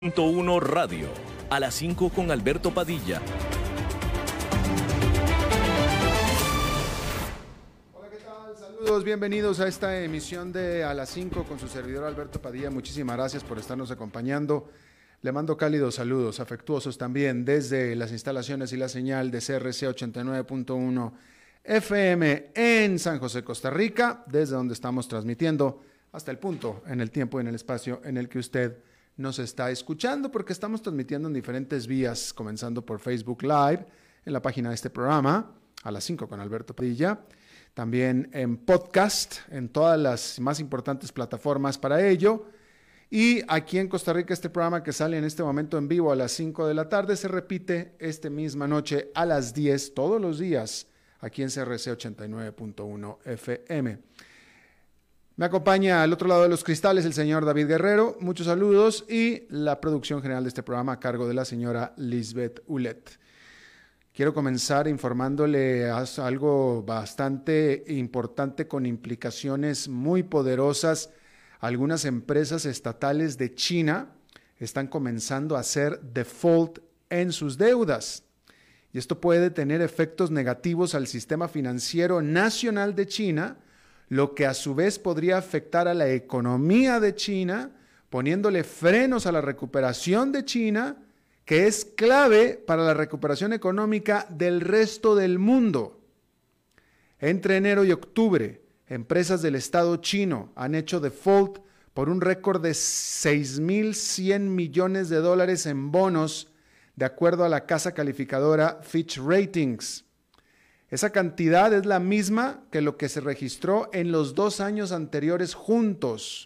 1 Radio, a las 5 con Alberto Padilla. Hola, ¿qué tal? Saludos, bienvenidos a esta emisión de A las 5 con su servidor Alberto Padilla. Muchísimas gracias por estarnos acompañando. Le mando cálidos saludos, afectuosos también, desde las instalaciones y la señal de CRC 89.1 FM en San José, Costa Rica, desde donde estamos transmitiendo hasta el punto, en el tiempo y en el espacio en el que usted nos está escuchando, porque estamos transmitiendo en diferentes vías, comenzando por Facebook Live, en la página de este programa, a las 5 con Alberto Padilla, también en podcast, en todas las más importantes plataformas para ello, y aquí en Costa Rica este programa que sale en este momento en vivo a las 5 de la tarde, se repite esta misma noche a las 10, todos los días, aquí en CRC 89.1 FM. Me acompaña al otro lado de los cristales el señor David Guerrero, muchos saludos, y la producción general de este programa a cargo de la señora Lisbeth Ulet. Quiero comenzar informándole algo bastante importante con implicaciones muy poderosas. Algunas empresas estatales de China están comenzando a hacer default en sus deudas, y esto puede tener efectos negativos al sistema financiero nacional de China, lo que a su vez podría afectar a la economía de China, poniéndole frenos a la recuperación de China, que es clave para la recuperación económica del resto del mundo. Entre enero y octubre, empresas del Estado chino han hecho default por un récord de $6,100 millones en bonos, de acuerdo a la casa calificadora Fitch Ratings. Esa cantidad es la misma que lo que se registró en los 2 años anteriores juntos.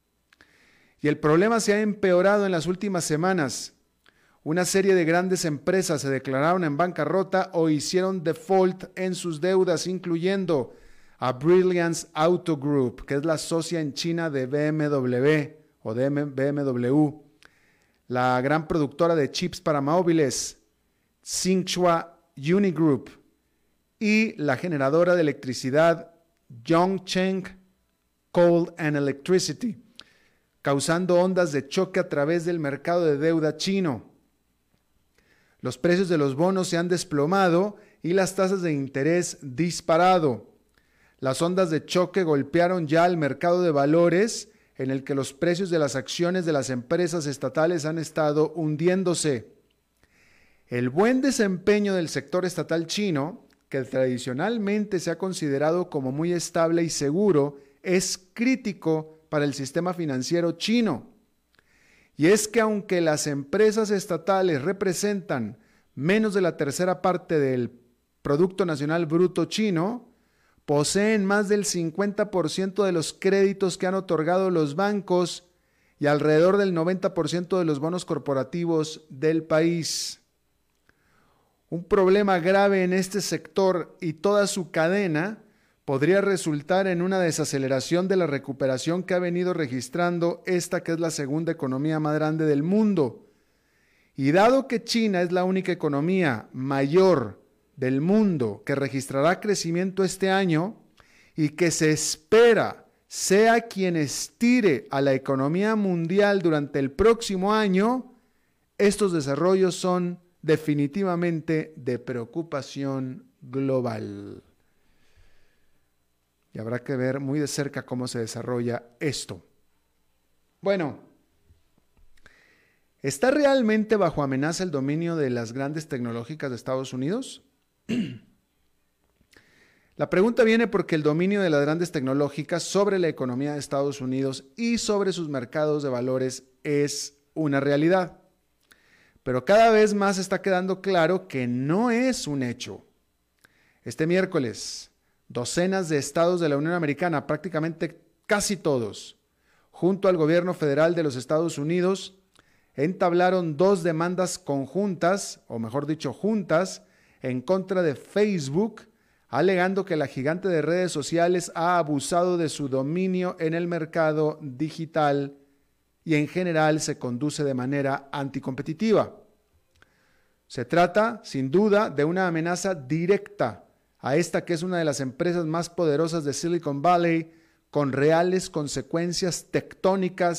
Y el problema se ha empeorado en las últimas semanas. Una serie de grandes empresas se declararon en bancarrota o hicieron default en sus deudas, incluyendo a Brilliance Auto Group, que es la socia en China de BMW o de BMW, la gran productora de chips para móviles, Tsinghua Unigroup, y la generadora de electricidad Yongcheng Coal and Electricity, causando ondas de choque a través del mercado de deuda chino. Los precios de los bonos se han desplomado y las tasas de interés disparado. Las ondas de choque golpearon ya al mercado de valores, en el que los precios de las acciones de las empresas estatales han estado hundiéndose. El buen desempeño del sector estatal chino, que tradicionalmente se ha considerado como muy estable y seguro, es crítico para el sistema financiero chino. Y es que aunque las empresas estatales representan menos de la tercera parte del Producto Nacional Bruto chino, poseen más del 50% de los créditos que han otorgado los bancos y alrededor del 90% de los bonos corporativos del país. Un problema grave en este sector y toda su cadena podría resultar en una desaceleración de la recuperación que ha venido registrando esta, que es la segunda economía más grande del mundo. Y dado que China es la única economía mayor del mundo que registrará crecimiento este año y que se espera sea quien estire a la economía mundial durante el próximo año, estos desarrollos son definitivamente de preocupación global. Y habrá que ver muy de cerca cómo se desarrolla esto. Bueno, ¿está realmente bajo amenaza el dominio de las grandes tecnológicas de Estados Unidos? La pregunta viene porque el dominio de las grandes tecnológicas sobre la economía de Estados Unidos y sobre sus mercados de valores es una realidad. Pero cada vez más está quedando claro que no es un hecho. Este miércoles, docenas de estados de la Unión Americana, prácticamente casi todos, junto al gobierno federal de los Estados Unidos, entablaron 2 demandas conjuntas, o mejor dicho, juntas, en contra de Facebook, alegando que la gigante de redes sociales ha abusado de su dominio en el mercado digital y en general se conduce de manera anticompetitiva. Se trata, sin duda, de una amenaza directa a esta que es una de las empresas más poderosas de Silicon Valley, con reales consecuencias tectónicas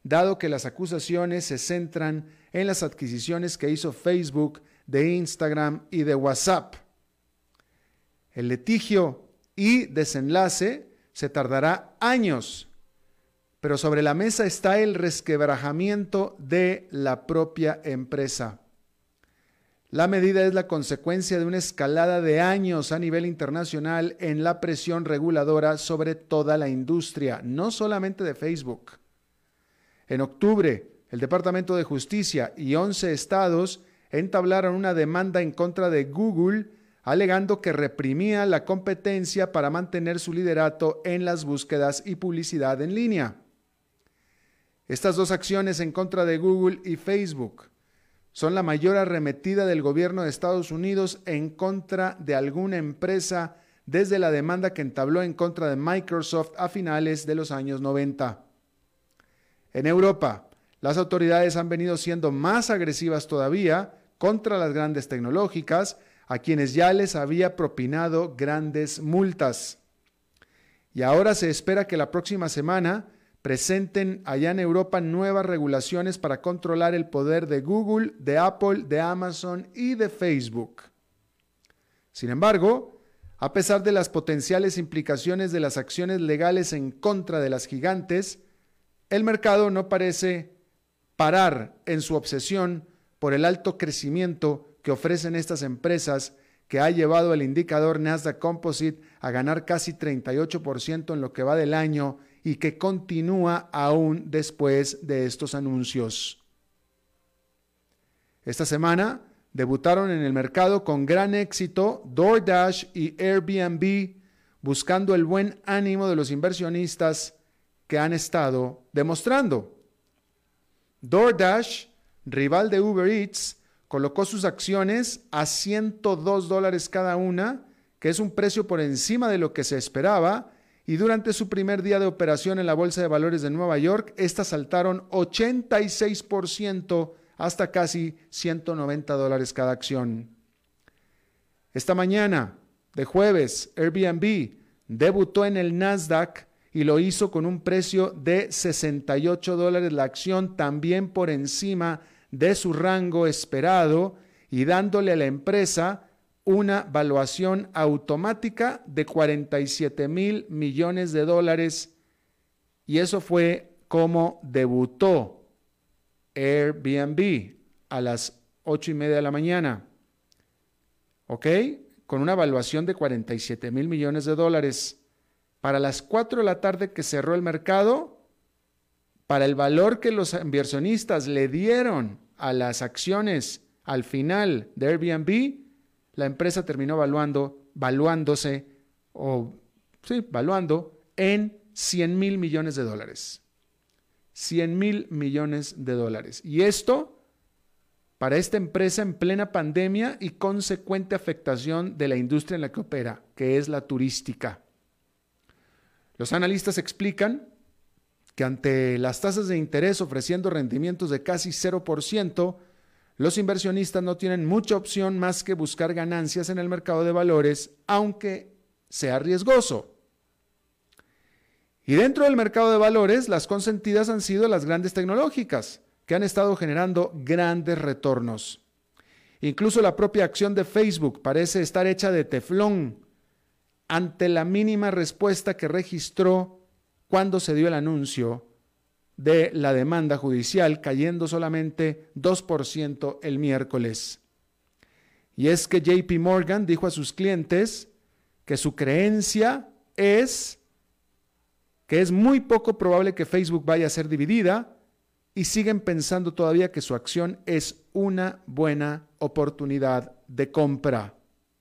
dado que las acusaciones se centran en las adquisiciones que hizo Facebook de Instagram y de WhatsApp. El litigio y desenlace se tardará años, pero sobre la mesa está el resquebrajamiento de la propia empresa. La medida es la consecuencia de una escalada de años a nivel internacional en la presión reguladora sobre toda la industria, no solamente de Facebook. En octubre, el Departamento de Justicia y 11 estados entablaron una demanda en contra de Google, alegando que reprimía la competencia para mantener su liderato en las búsquedas y publicidad en línea. Estas dos acciones en contra de Google y Facebook son la mayor arremetida del gobierno de Estados Unidos en contra de alguna empresa desde la demanda que entabló en contra de Microsoft a finales de los años 90. En Europa, las autoridades han venido siendo más agresivas todavía contra las grandes tecnológicas, a quienes ya les había propinado grandes multas. Y ahora se espera que la próxima semana presenten allá en Europa nuevas regulaciones para controlar el poder de Google, de Apple, de Amazon y de Facebook. Sin embargo, a pesar de las potenciales implicaciones de las acciones legales en contra de las gigantes, el mercado no parece parar en su obsesión por el alto crecimiento que ofrecen estas empresas, que ha llevado al indicador Nasdaq Composite a ganar casi 38% en lo que va del año y que continúa aún después de estos anuncios. Esta semana debutaron en el mercado con gran éxito DoorDash y Airbnb, buscando el buen ánimo de los inversionistas que han estado demostrando. DoorDash, rival de Uber Eats, colocó sus acciones a $102 cada una, que es un precio por encima de lo que se esperaba, y durante su primer día de operación en la Bolsa de Valores de Nueva York, estas saltaron 86% hasta casi $190 cada acción. Esta mañana, de jueves, Airbnb debutó en el Nasdaq y lo hizo con un precio de $68 la acción, también por encima de su rango esperado y dándole a la empresa una valuación automática de $47,000 millones, y eso fue como debutó Airbnb a las 8:30 de la mañana, ¿ok? Con una valuación de $47,000 millones. Para las 4 de la tarde que cerró el mercado, para el valor que los inversionistas le dieron a las acciones al final de Airbnb, la empresa terminó valuando en $100,000 millones. $100,000 millones. Y esto para esta empresa en plena pandemia y consecuente afectación de la industria en la que opera, que es la turística. Los analistas explican que ante las tasas de interés ofreciendo rendimientos de casi 0%, los inversionistas no tienen mucha opción más que buscar ganancias en el mercado de valores, aunque sea riesgoso. Y dentro del mercado de valores, las consentidas han sido las grandes tecnológicas, que han estado generando grandes retornos. Incluso la propia acción de Facebook parece estar hecha de teflón ante la mínima respuesta que registró cuando se dio el anuncio de la demanda judicial, cayendo solamente 2% el miércoles. Y es que JP Morgan dijo a sus clientes que su creencia es que es muy poco probable que Facebook vaya a ser dividida, y siguen pensando todavía que su acción es una buena oportunidad de compra.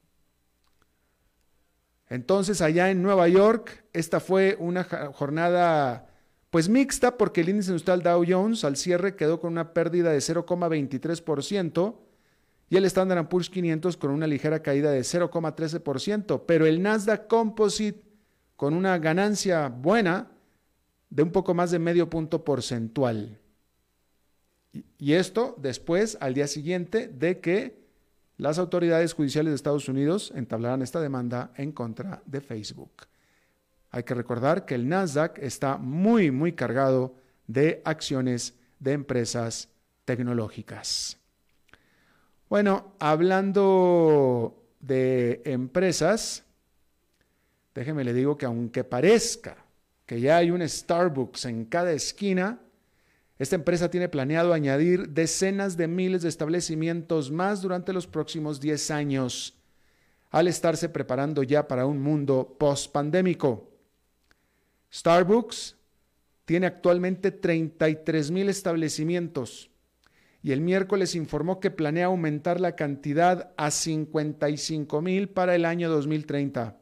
Entonces, allá en Nueva York, esta fue una jornada pues mixta, porque el índice industrial Dow Jones al cierre quedó con una pérdida de 0,23% y el Standard & Poor's 500 con una ligera caída de 0,13%, pero el Nasdaq Composite con una ganancia buena de un poco más de medio punto porcentual. Y esto después, al día siguiente, de que las autoridades judiciales de Estados Unidos entablaran esta demanda en contra de Facebook. Hay que recordar que el Nasdaq está muy, muy cargado de acciones de empresas tecnológicas. Bueno, hablando de empresas, déjeme le digo que aunque parezca que ya hay un Starbucks en cada esquina, esta empresa tiene planeado añadir decenas de miles de establecimientos más durante los próximos 10 años, al estarse preparando ya para un mundo post-pandémico. Starbucks tiene actualmente 33,000 establecimientos y el miércoles informó que planea aumentar la cantidad a 55,000 para el año 2030.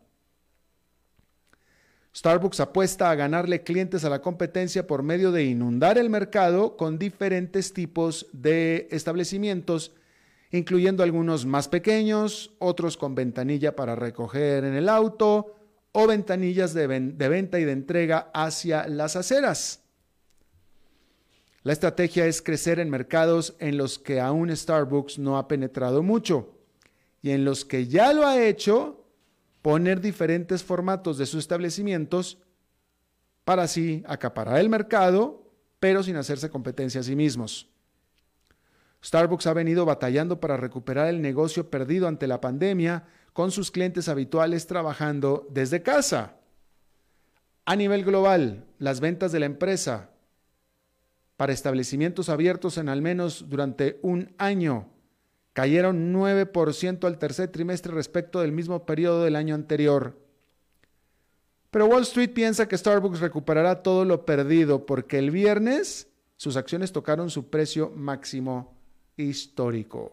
Starbucks apuesta a ganarle clientes a la competencia por medio de inundar el mercado con diferentes tipos de establecimientos, incluyendo algunos más pequeños, otros con ventanilla para recoger en el auto o ventanillas de venta y de entrega hacia las aceras. La estrategia es crecer en mercados en los que aún Starbucks no ha penetrado mucho y en los que ya lo ha hecho, poner diferentes formatos de sus establecimientos para así acaparar el mercado, pero sin hacerse competencia a sí mismos. Starbucks ha venido batallando para recuperar el negocio perdido ante la pandemia, con sus clientes habituales trabajando desde casa. A nivel global, las ventas de la empresa para establecimientos abiertos en al menos durante un año cayeron 9% al tercer trimestre respecto del mismo periodo del año anterior. Pero Wall Street piensa que Starbucks recuperará todo lo perdido porque el viernes sus acciones tocaron su precio máximo histórico.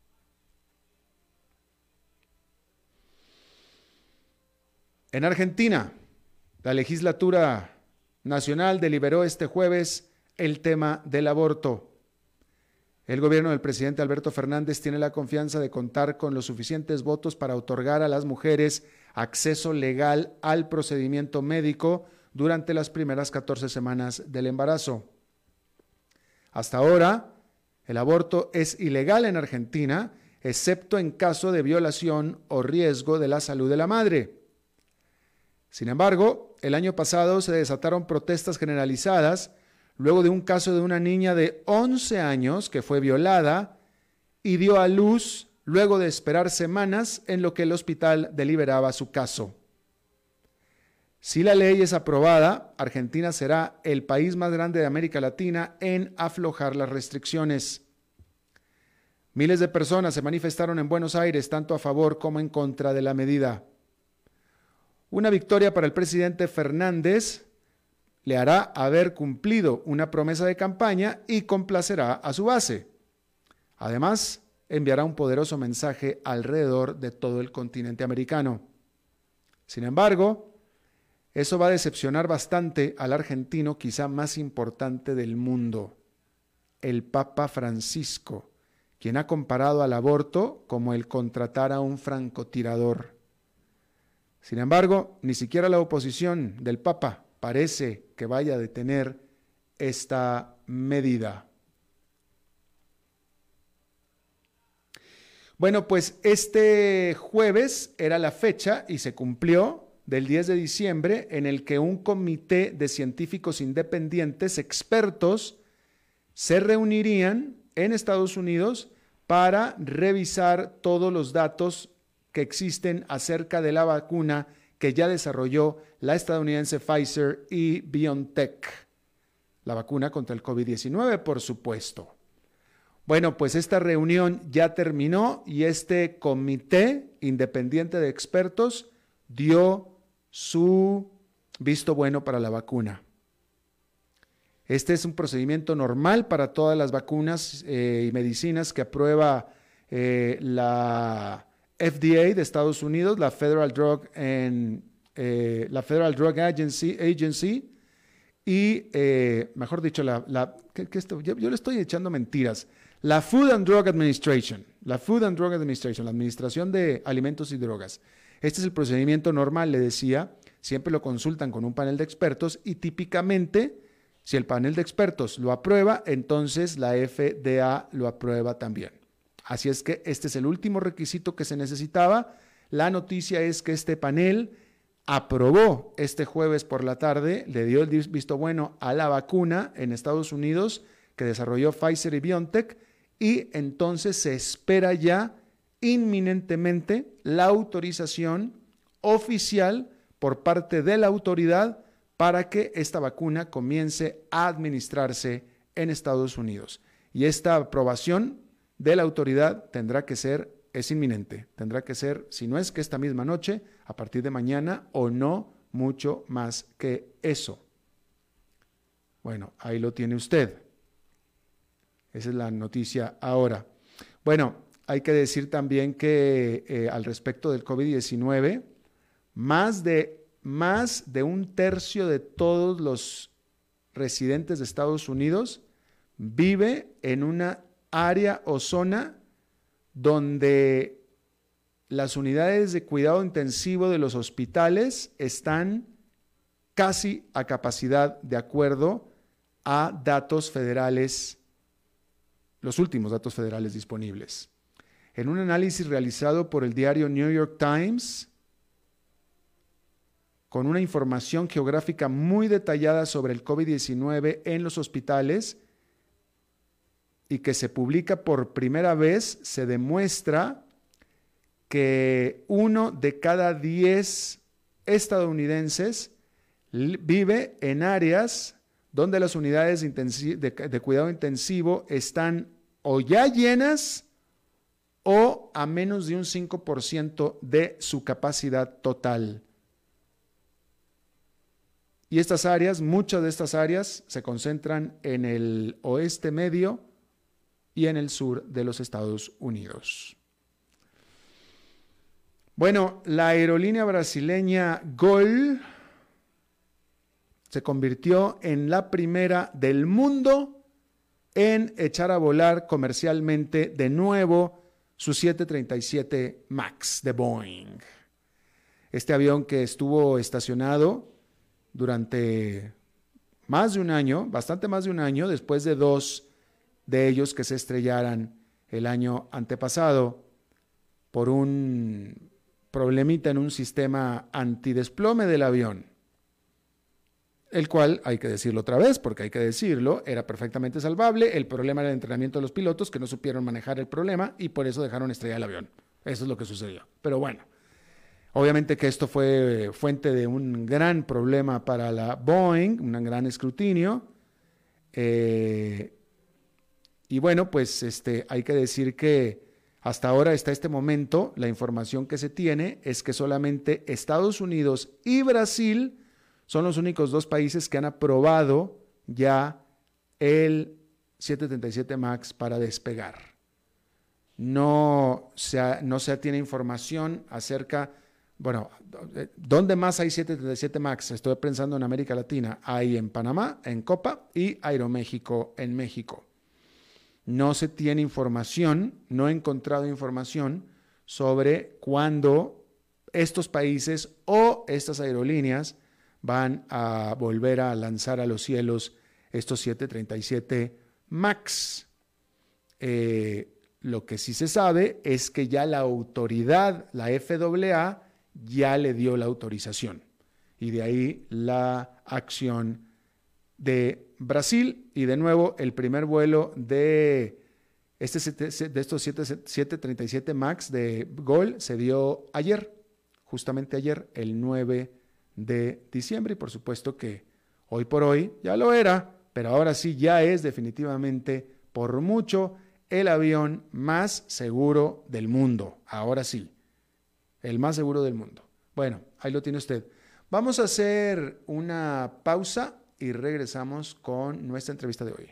En Argentina, la legislatura nacional deliberó este jueves el tema del aborto. El gobierno del presidente Alberto Fernández tiene la confianza de contar con los suficientes votos para otorgar a las mujeres acceso legal al procedimiento médico durante las primeras 14 semanas del embarazo. Hasta ahora, el aborto es ilegal en Argentina, excepto en caso de violación o riesgo de la salud de la madre. Sin embargo, el año pasado se desataron protestas generalizadas luego de un caso de una niña de 11 años que fue violada y dio a luz luego de esperar semanas en lo que el hospital deliberaba su caso. Si la ley es aprobada, Argentina será el país más grande de América Latina en aflojar las restricciones. Miles de personas se manifestaron en Buenos Aires, tanto a favor como en contra de la medida. Una victoria para el presidente Fernández le hará haber cumplido una promesa de campaña y complacerá a su base. Además, enviará un poderoso mensaje alrededor de todo el continente americano. Sin embargo, eso va a decepcionar bastante al argentino quizá más importante del mundo, el Papa Francisco, quien ha comparado al aborto como el contratar a un francotirador. Sin embargo, ni siquiera la oposición del Papa parece que vaya a detener esta medida. Bueno, pues este jueves era la fecha y se cumplió del 10 de diciembre en el que un comité de científicos independientes, expertos, se reunirían en Estados Unidos para revisar todos los datos que existen acerca de la vacuna que ya desarrolló la estadounidense Pfizer y BioNTech, la vacuna contra el COVID-19, por supuesto. Bueno, pues esta reunión ya terminó y este comité independiente de expertos dio su visto bueno para la vacuna. Este es un procedimiento normal para todas las vacunas y medicinas que aprueba la FDA de Estados Unidos, la Federal Drug Agency y, mejor dicho, yo le estoy echando mentiras, la Food and Drug Administration, la Administración de Alimentos y Drogas. Este es el procedimiento normal, le decía, siempre lo consultan con un panel de expertos y típicamente, si el panel de expertos lo aprueba, entonces la FDA lo aprueba también. Así es que este es el último requisito que se necesitaba. La noticia es que este panel aprobó este jueves por la tarde, le dio el visto bueno a la vacuna en Estados Unidos que desarrolló Pfizer y BioNTech, y entonces se espera ya inminentemente la autorización oficial por parte de la autoridad para que esta vacuna comience a administrarse en Estados Unidos. Y esta aprobación de la autoridad es inminente, tendrá que ser, si no es que esta misma noche, a partir de mañana, o no mucho más que eso. Bueno, ahí lo tiene usted. Esa es la noticia ahora. Bueno, hay que decir también que al respecto del COVID-19, más de un tercio de todos los residentes de Estados Unidos vive en una área o zona donde las unidades de cuidado intensivo de los hospitales están casi a capacidad, de acuerdo a datos federales, los últimos datos federales disponibles. En un análisis realizado por el diario New York Times, con una información geográfica muy detallada sobre el COVID-19 en los hospitales y que se publica por primera vez, se demuestra que 1 de cada 10 estadounidenses vive en áreas donde las unidades de cuidado intensivo están o ya llenas o a menos de un 5% de su capacidad total. Y estas áreas, muchas de estas áreas se concentran en el oeste medio y en el sur de los Estados Unidos. Bueno, la aerolínea brasileña Gol se convirtió en la primera del mundo en echar a volar comercialmente de nuevo su 737 MAX de Boeing. Este avión que estuvo estacionado durante más de un año, bastante más de un año, después de 2 de ellos que se estrellaran el año antepasado por un problemita en un sistema antidesplome del avión, el cual, hay que decirlo otra vez, porque hay que decirlo, era perfectamente salvable. El problema era el entrenamiento de los pilotos, que no supieron manejar el problema y por eso dejaron estrellar el avión. Eso es lo que sucedió. Pero bueno, obviamente que esto fue fuente de un gran problema para la Boeing, un gran escrutinio. Y bueno, pues hay que decir que hasta ahora, hasta este momento, la información que se tiene es que solamente Estados Unidos y Brasil son los únicos 2 países que han aprobado ya el 737 MAX para despegar. No se tiene información acerca, bueno, ¿dónde más hay 737 MAX? Estoy pensando en América Latina. Hay en Panamá, en Copa, y Aeroméxico en México. No se tiene información, no he encontrado información sobre cuándo estos países o estas aerolíneas van a volver a lanzar a los cielos estos 737 MAX. Lo que sí se sabe es que ya la autoridad, la FAA, ya le dio la autorización. Y de ahí la acción de Brasil. Y de nuevo, el primer vuelo de estos 737 MAX de Gol se dio ayer, justamente ayer, el 9 de diciembre. Y por supuesto que hoy por hoy ya lo era, pero ahora sí ya es definitivamente por mucho el avión más seguro del mundo. Ahora sí, el más seguro del mundo. Bueno, ahí lo tiene usted. Vamos a hacer una pausa y regresamos con nuestra entrevista de hoy.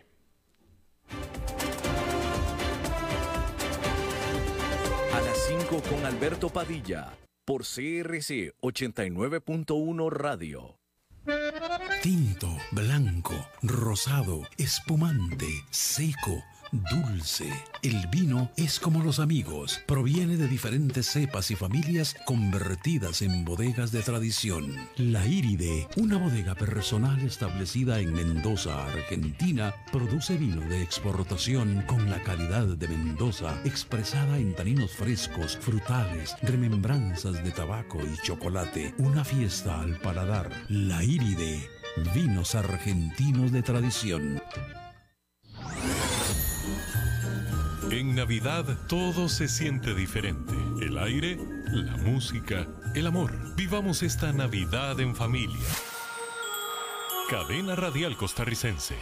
A las 5 con Alberto Padilla, por CRC 89.1 Radio. Tinto, blanco, rosado, espumante, seco, Dulce. El vino es como los amigos. Proviene de diferentes cepas y familias convertidas en bodegas de tradición. La Iride, una bodega personal establecida en Mendoza, Argentina, produce vino de exportación con la calidad de Mendoza, expresada en taninos frescos, frutales, remembranzas de tabaco y chocolate. Una fiesta al paladar. La Iride, vinos argentinos de tradición. En Navidad todo se siente diferente. El aire, la música, el amor. Vivamos esta Navidad en familia. Cadena Radial Costarricense.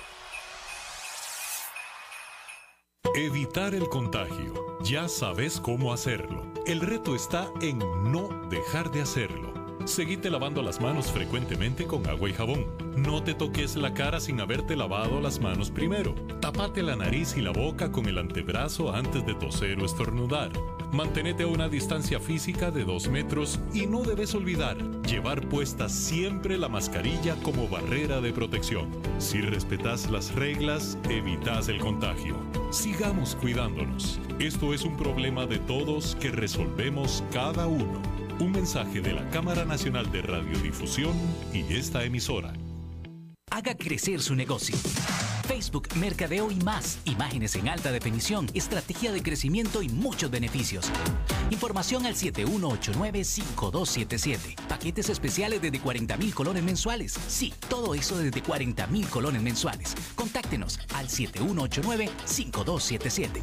Evitar el contagio. Ya sabes cómo hacerlo. El reto está en no dejar de hacerlo. Seguite lavando las manos frecuentemente con agua y jabón. No te toques la cara sin haberte lavado las manos primero. Tápate la nariz y la boca con el antebrazo antes de toser o estornudar. Manténete a una distancia física de 2 metros y no debes olvidar llevar puesta siempre la mascarilla como barrera de protección. Si respetas las reglas, evitas el contagio. Sigamos cuidándonos. Esto es un problema de todos que resolvemos cada uno. Un mensaje de la Cámara Nacional de Radiodifusión y esta emisora. Haga crecer su negocio. Facebook, mercadeo y más. Imágenes en alta definición, estrategia de crecimiento y muchos beneficios. Información al 7189-5277. Paquetes especiales desde 40,000 colones mensuales. Sí, todo eso desde 40,000 colones mensuales. Contáctenos al 7189-5277.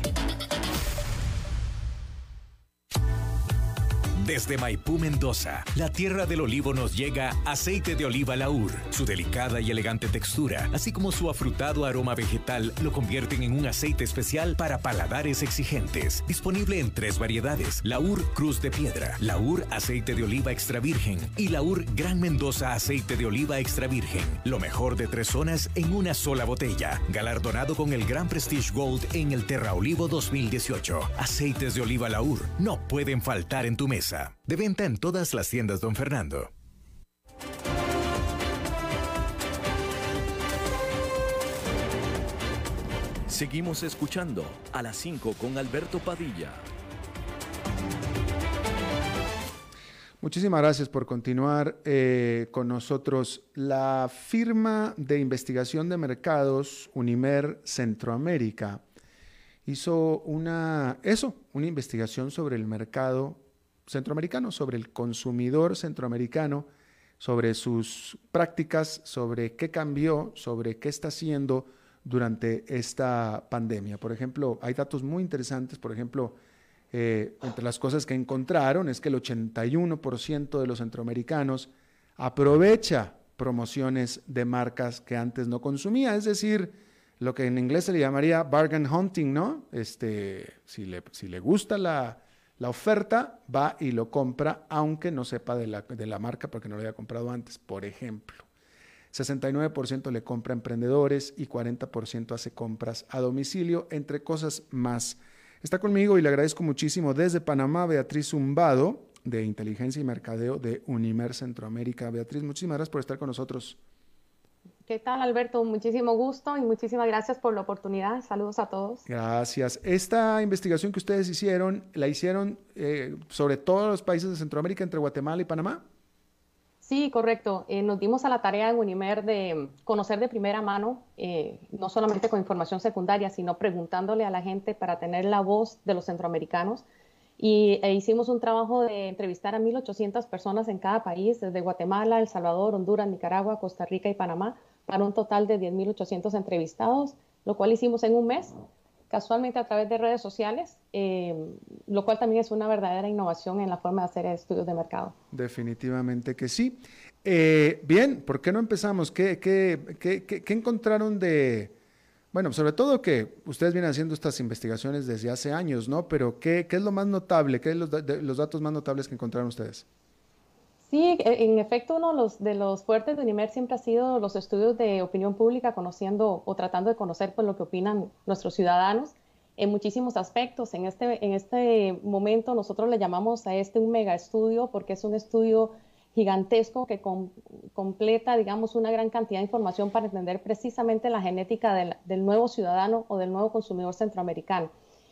Desde Maipú, Mendoza, la tierra del olivo, nos llega aceite de oliva Laur. Su delicada y elegante textura, así como su afrutado aroma vegetal, lo convierten en un aceite especial para paladares exigentes. Disponible en 3 variedades: Laur Cruz de Piedra, Laur aceite de oliva extra virgen y Laur Gran Mendoza aceite de oliva extra virgen. Lo mejor de 3 zonas en una sola botella. Galardonado con el Gran Prestige Gold en el Terra Olivo 2018. Aceites de oliva Laur no pueden faltar en tu mesa. De venta en todas las tiendas Don Fernando. Seguimos escuchando a las 5 con Alberto Padilla. Muchísimas gracias por continuar con nosotros. La firma de investigación de mercados Unimer Centroamérica hizo una investigación sobre el mercado centroamericano, sobre el consumidor centroamericano, sobre sus prácticas, sobre qué cambió, sobre qué está haciendo durante esta pandemia. Por ejemplo, hay datos muy interesantes. Por ejemplo, entre las cosas que encontraron es que el 81% de los centroamericanos aprovecha promociones de marcas que antes no consumía, es decir, lo que en inglés se le llamaría bargain hunting, ¿no? Si le gusta la oferta, va y lo compra, aunque no sepa de la marca porque no lo había comprado antes. Por ejemplo, 69% le compra a emprendedores y 40% hace compras a domicilio, entre cosas más. Está conmigo y le agradezco muchísimo desde Panamá Beatriz Zumbado, de Inteligencia y Mercadeo de Unimer Centroamérica. Beatriz, muchísimas gracias por estar con nosotros. ¿Qué tal, Alberto? Muchísimo gusto y muchísimas gracias por la oportunidad. Saludos a todos. Gracias. Esta investigación que ustedes hicieron, ¿la hicieron sobre todos los países de Centroamérica, entre Guatemala y Panamá? Sí, correcto. Nos dimos a la tarea en Unimer de conocer de primera mano, no solamente con información secundaria, sino preguntándole a la gente para tener la voz de los centroamericanos. Hicimos un trabajo de entrevistar a 1,800 personas en cada país, desde Guatemala, El Salvador, Honduras, Nicaragua, Costa Rica y Panamá, para un total de 10,800 entrevistados, lo cual hicimos en un mes, casualmente a través de redes sociales, lo cual también es una verdadera innovación en la forma de hacer estudios de mercado. Definitivamente que sí. Bien, ¿por qué no empezamos? ¿Qué encontraron de...? Bueno, sobre todo que ustedes vienen haciendo estas investigaciones desde hace años, ¿no? Pero ¿qué es lo más notable? ¿Qué es los datos más notables que encontraron ustedes? Sí, en efecto, uno de los fuertes de Unimer siempre ha sido los estudios de opinión pública, conociendo o tratando de conocer pues, lo que opinan nuestros ciudadanos en muchísimos aspectos. En este momento nosotros le llamamos a un mega estudio porque es un estudio gigantesco que completa, digamos, una gran cantidad de información para entender precisamente la genética del nuevo ciudadano o del nuevo consumidor centroamericano.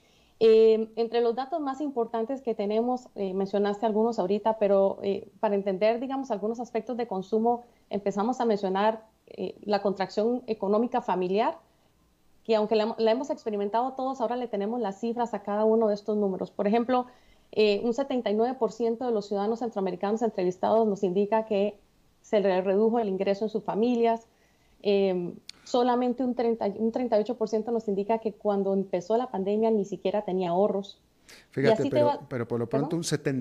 Entre los datos más importantes que tenemos, mencionaste algunos ahorita, pero para entender, digamos, algunos aspectos de consumo, empezamos a mencionar la contracción económica familiar, que aunque la hemos experimentado todos, ahora le tenemos las cifras a cada uno de estos números. Por ejemplo, un 79% de los ciudadanos centroamericanos entrevistados nos indica que se le redujo el ingreso en sus familias. Solamente un 38% nos indica que cuando empezó la pandemia ni siquiera tenía ahorros. Fíjate, pero por lo pronto un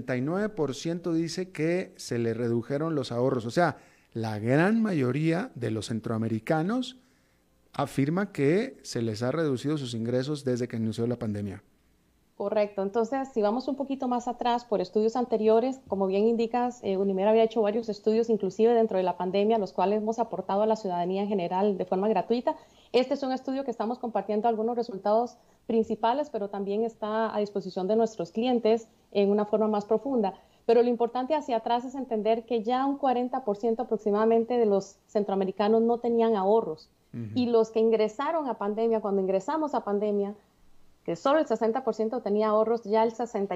79% dice que se le redujeron los ahorros. O sea, la gran mayoría de los centroamericanos afirma que se les ha reducido sus ingresos desde que inició la pandemia. Correcto. Entonces, si vamos un poquito más atrás por estudios anteriores, como bien indicas, Unimer había hecho varios estudios, inclusive dentro de la pandemia, los cuales hemos aportado a la ciudadanía en general de forma gratuita. Este es un estudio que estamos compartiendo algunos resultados principales, pero también está a disposición de nuestros clientes en una forma más profunda. Pero lo importante hacia atrás es entender que ya un 40% aproximadamente de los centroamericanos no tenían ahorros. Y los que ingresaron a pandemia, cuando ingresamos a pandemia, que solo el 60% tenía ahorros, ya el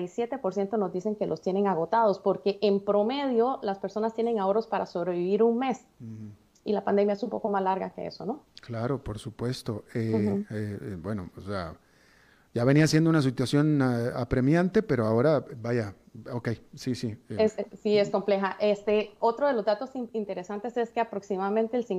67% nos dicen que los tienen agotados, porque en promedio las personas tienen ahorros para sobrevivir un mes. Y la pandemia es un poco más larga que eso, ¿no? Claro, por supuesto. Bueno, o sea, ya venía siendo una situación apremiante, de ahora, vaya, ok, sí. Sí, es compleja. Otro de los datos interesantes es que aproximadamente el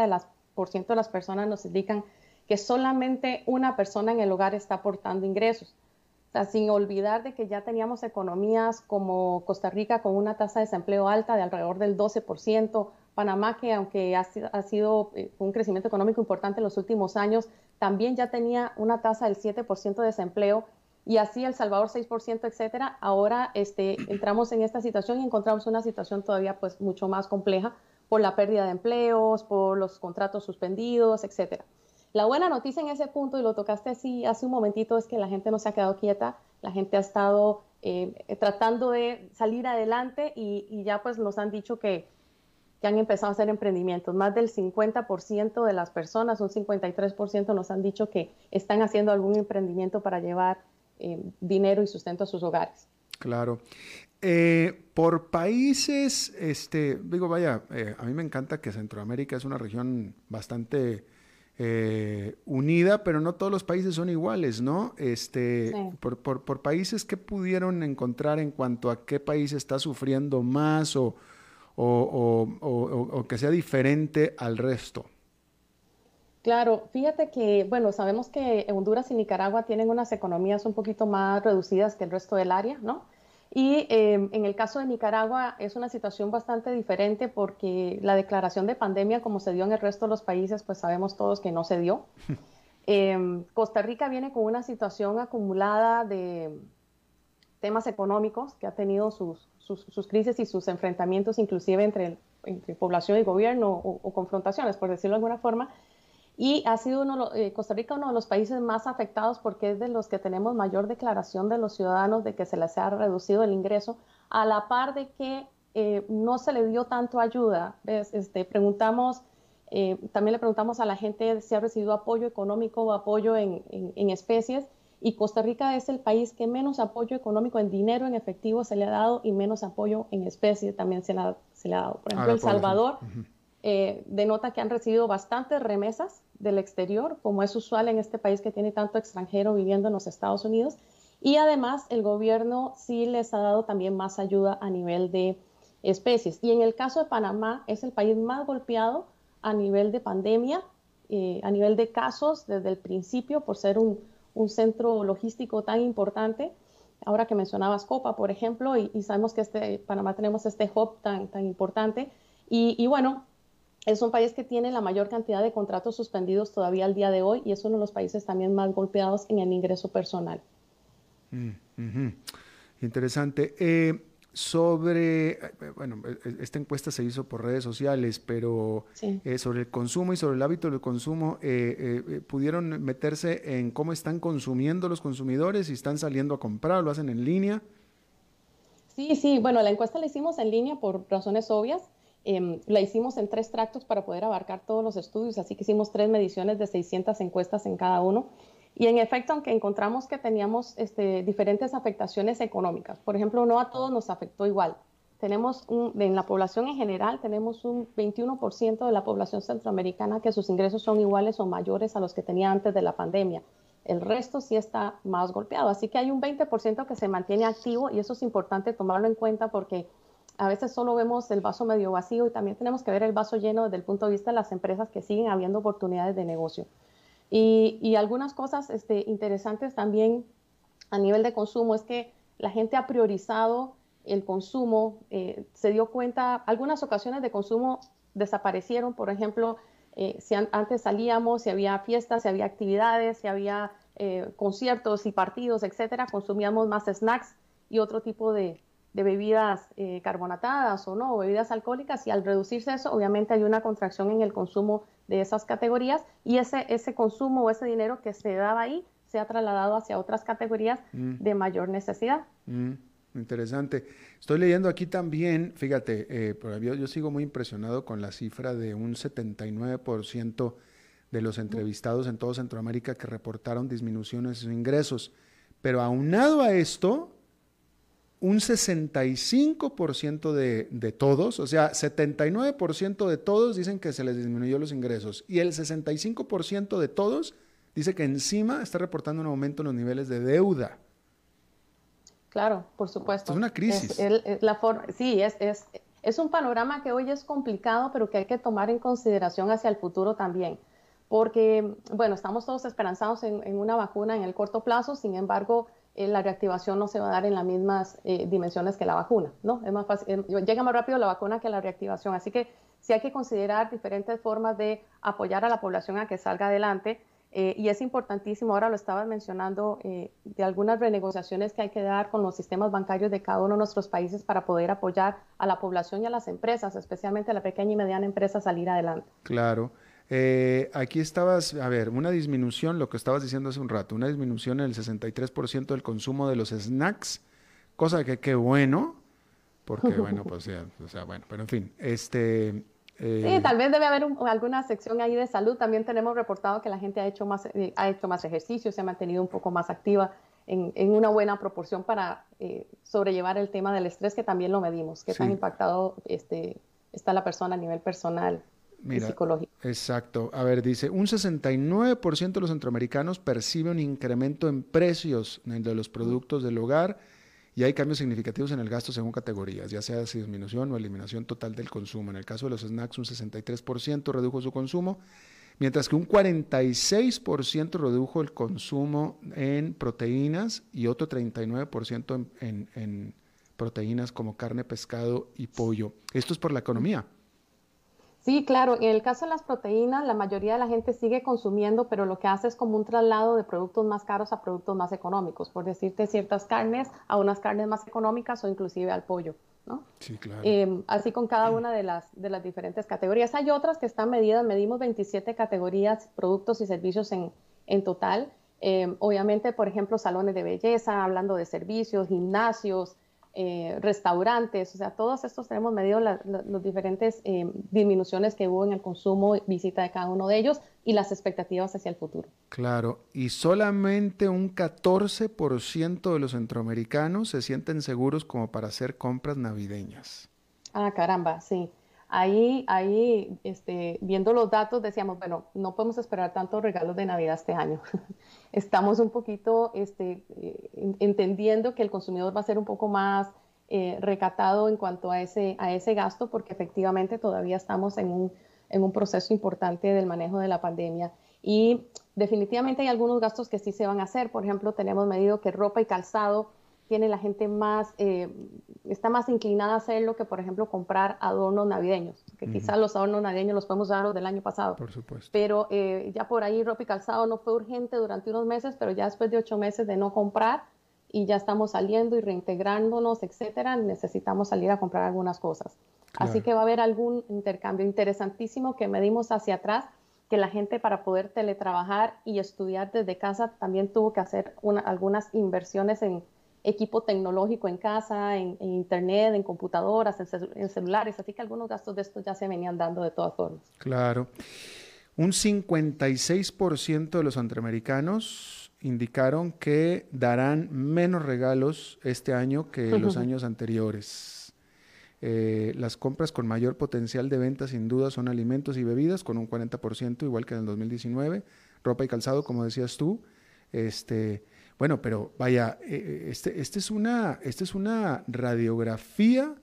50% de las personas nos indican que solamente una persona en el hogar está aportando ingresos. O sea, sin olvidar de que ya teníamos economías como Costa Rica con una tasa de desempleo alta de alrededor del 12%, Panamá, que aunque ha sido un crecimiento económico importante en los últimos años, también ya tenía una tasa del 7% de desempleo, y así El Salvador 6%, etcétera. Ahora entramos en esta situación y encontramos una situación todavía pues mucho más compleja por la pérdida de empleos, por los contratos suspendidos, etcétera. La buena noticia en ese punto, y lo tocaste así hace un momentito, es que la gente no se ha quedado quieta, la gente ha estado tratando de salir adelante y ya pues nos han dicho que han empezado a hacer emprendimientos. Más del 50% de las personas, un 53% nos han dicho que están haciendo algún emprendimiento para llevar dinero y sustento a sus hogares. Claro. Por países, a mí me encanta que Centroamérica es una región bastante unida, pero no todos los países son iguales, ¿no? Sí. Por países, ¿qué pudieron encontrar en cuanto a qué país está sufriendo más o que sea diferente al resto? Claro, fíjate que, bueno, sabemos que Honduras y Nicaragua tienen unas economías un poquito más reducidas que el resto del área, ¿no? Y en el caso de Nicaragua es una situación bastante diferente porque la declaración de pandemia, como se dio en el resto de los países, pues sabemos todos que no se dio. Costa Rica viene con una situación acumulada de temas económicos que ha tenido sus crisis y sus enfrentamientos, inclusive entre población y gobierno o confrontaciones, por decirlo de alguna forma. Y ha sido Costa Rica uno de los países más afectados porque es de los que tenemos mayor declaración de los ciudadanos de que se les ha reducido el ingreso, a la par de que no se le dio tanto ayuda. ¿Ves? También le preguntamos a la gente si ha recibido apoyo económico o apoyo en especies, y Costa Rica es el país que menos apoyo económico en dinero en efectivo se le ha dado y menos apoyo en especies también se le ha dado. Por ejemplo, El Salvador denota que han recibido bastantes remesas del exterior, como es usual en este país que tiene tanto extranjero viviendo en los Estados Unidos, y además el gobierno sí les ha dado también más ayuda a nivel de especies. Y en el caso de Panamá es el país más golpeado a nivel de pandemia, a nivel de casos desde el principio, por ser un centro logístico tan importante. Ahora que mencionabas Copa, por ejemplo, y sabemos que Panamá tenemos este hub tan importante, y bueno, es un país que tiene la mayor cantidad de contratos suspendidos todavía al día de hoy y es uno de los países también más golpeados en el ingreso personal. Interesante. Esta encuesta se hizo por redes sociales, pero sí. Sobre el consumo y sobre el hábito del consumo, ¿pudieron meterse en cómo están consumiendo los consumidores? ¿Si están saliendo a comprar, lo hacen en línea? Sí, bueno, la encuesta la hicimos en línea por razones obvias. La hicimos en 3 tractos para poder abarcar todos los estudios, así que hicimos 3 mediciones de 600 encuestas en cada uno. Y en efecto, aunque encontramos que teníamos diferentes afectaciones económicas, por ejemplo, no a todos nos afectó igual. En la población en general, tenemos un 21% de la población centroamericana que sus ingresos son iguales o mayores a los que tenía antes de la pandemia. El resto sí está más golpeado, así que hay un 20% que se mantiene activo y eso es importante tomarlo en cuenta porque a veces solo vemos el vaso medio vacío y también tenemos que ver el vaso lleno desde el punto de vista de las empresas que siguen habiendo oportunidades de negocio. Y algunas cosas interesantes también a nivel de consumo es que la gente ha priorizado el consumo, se dio cuenta, algunas ocasiones de consumo desaparecieron, por ejemplo, si antes salíamos, si había fiestas, si había actividades, si había conciertos y partidos, etcétera, consumíamos más snacks y otro tipo de bebidas carbonatadas o no, bebidas alcohólicas, y al reducirse eso, obviamente hay una contracción en el consumo de esas categorías y ese consumo o ese dinero que se daba ahí se ha trasladado hacia otras categorías de mayor necesidad. Interesante. Estoy leyendo aquí también, fíjate, yo sigo muy impresionado con la cifra de un 79% de los entrevistados en todo Centroamérica que reportaron disminuciones en sus ingresos, pero aunado a esto, un 65% de todos, o sea, 79% de todos dicen que se les disminuyó los ingresos y el 65% de todos dice que encima está reportando un aumento en los niveles de deuda. Claro, por supuesto. Es una crisis. Sí, es un panorama que hoy es complicado, pero que hay que tomar en consideración hacia el futuro también. Porque, bueno, estamos todos esperanzados en una vacuna en el corto plazo, sin embargo, la reactivación no se va a dar en las mismas dimensiones que la vacuna, ¿no? Es más fácil, llega más rápido la vacuna que la reactivación, así que sí hay que considerar diferentes formas de apoyar a la población a que salga adelante. Y es importantísimo, ahora lo estabas mencionando, de algunas renegociaciones que hay que dar con los sistemas bancarios de cada uno de nuestros países para poder apoyar a la población y a las empresas, especialmente a la pequeña y mediana empresa, a salir adelante. Claro. Aquí estabas, a ver, una disminución, lo que estabas diciendo hace un rato, una disminución en el 63% del consumo de los snacks, cosa que qué bueno, porque bueno, pues bueno, pero en fin, sí, tal vez debe haber alguna sección ahí de salud. También tenemos reportado que la gente ha hecho más ejercicio, se ha mantenido un poco más activa en una buena proporción para sobrellevar el tema del estrés, que también lo medimos, qué tan impactado está la persona a nivel personal y psicológico. Exacto. A ver, dice, un 69% de los centroamericanos percibe un incremento en precios de los productos del hogar y hay cambios significativos en el gasto según categorías, ya sea disminución o eliminación total del consumo. En el caso de los snacks, un 63% redujo su consumo, mientras que un 46% redujo el consumo en proteínas y otro 39% en proteínas como carne, pescado y pollo. Esto es por la economía. Sí, claro. En el caso de las proteínas, la mayoría de la gente sigue consumiendo, pero lo que hace es como un traslado de productos más caros a productos más económicos, por decirte ciertas carnes a unas carnes más económicas o inclusive al pollo, ¿no? Sí, claro. Así con cada una de las diferentes categorías. Hay otras que están medidas, medimos 27 categorías, productos y servicios en total. Obviamente, por ejemplo, salones de belleza, hablando de servicios, gimnasios, restaurantes, o sea, todos estos tenemos medido las diferentes disminuciones que hubo en el consumo, visita de cada uno de ellos y las expectativas hacia el futuro. Claro, y solamente un 14% de los centroamericanos se sienten seguros como para hacer compras navideñas. Ah, caramba, sí. Ahí viendo los datos decíamos, bueno, no podemos esperar tantos regalos de Navidad este año. Estamos un poquito entendiendo que el consumidor va a ser un poco más recatado en cuanto a ese gasto, porque efectivamente todavía estamos en un proceso importante del manejo de la pandemia. Y definitivamente hay algunos gastos que sí se van a hacer. Por ejemplo, tenemos medido que ropa y calzado tiene la gente está más inclinada a hacerlo que, por ejemplo, comprar adornos navideños, que quizás los adornos navideños los podemos usar los del año pasado. Por supuesto. Pero ya por ahí ropa y calzado no fue urgente durante unos meses, pero ya después de 8 meses de no comprar y ya estamos saliendo y reintegrándonos, etcétera, necesitamos salir a comprar algunas cosas. Claro. Así que va a haber algún intercambio interesantísimo que medimos hacia atrás, que la gente para poder teletrabajar y estudiar desde casa también tuvo que hacer algunas inversiones en equipo tecnológico en casa, en internet, en computadoras, en celulares, así que algunos gastos de estos ya se venían dando de todas formas. Claro. Un 56% de los centroamericanos indicaron que darán menos regalos este año que los años anteriores. Las compras con mayor potencial de venta sin duda son alimentos y bebidas, con un 40%, igual que en el 2019, ropa y calzado, como decías tú. Bueno, pero vaya, esta es una radiografía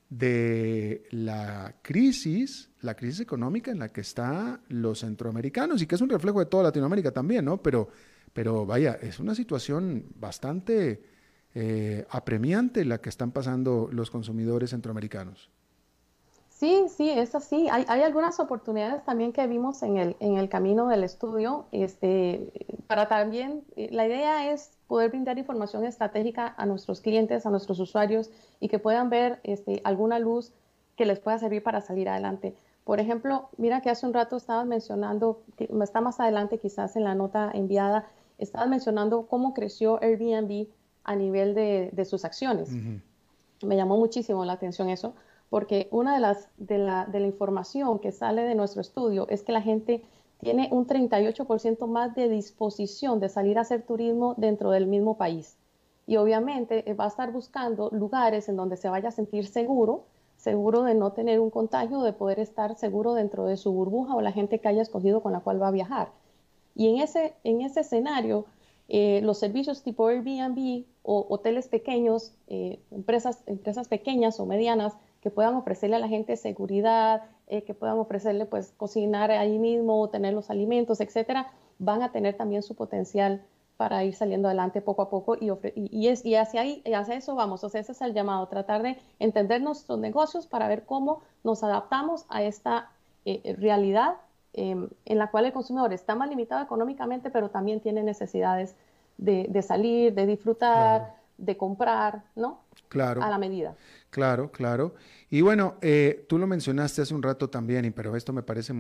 de la crisis económica en la que están los centroamericanos y que es un reflejo de toda Latinoamérica también, ¿no? Pero vaya, es una situación bastante apremiante la que están pasando los consumidores centroamericanos. Sí, es así. Hay algunas oportunidades también que vimos en el camino del estudio. Para también, la idea es poder brindar información estratégica a nuestros clientes, a nuestros usuarios, y que puedan ver alguna luz que les pueda servir para salir adelante. Por ejemplo, mira que hace un rato estabas mencionando, que está más adelante quizás en la nota enviada, estabas mencionando cómo creció Airbnb a nivel de sus acciones. Me llamó muchísimo la atención eso, porque una de la información que sale de nuestro estudio es que la gente tiene un 38% más de disposición de salir a hacer turismo dentro del mismo país. Y obviamente va a estar buscando lugares en donde se vaya a sentir seguro de no tener un contagio, de poder estar seguro dentro de su burbuja o la gente que haya escogido con la cual va a viajar. Y en ese escenario, los servicios tipo Airbnb o hoteles pequeños, empresas pequeñas o medianas que puedan ofrecerle a la gente seguridad, que puedan ofrecerle pues cocinar ahí mismo, tener los alimentos, etcétera, van a tener también su potencial para ir saliendo adelante poco a poco y hacia eso vamos. O sea, ese es el llamado, tratar de entender nuestros negocios para ver cómo nos adaptamos a esta realidad en la cual el consumidor está más limitado económicamente, pero también tiene necesidades de salir, de disfrutar, claro, de comprar, ¿no? Claro. A la medida. Claro. Y bueno, tú lo mencionaste hace un rato también, pero esto me parece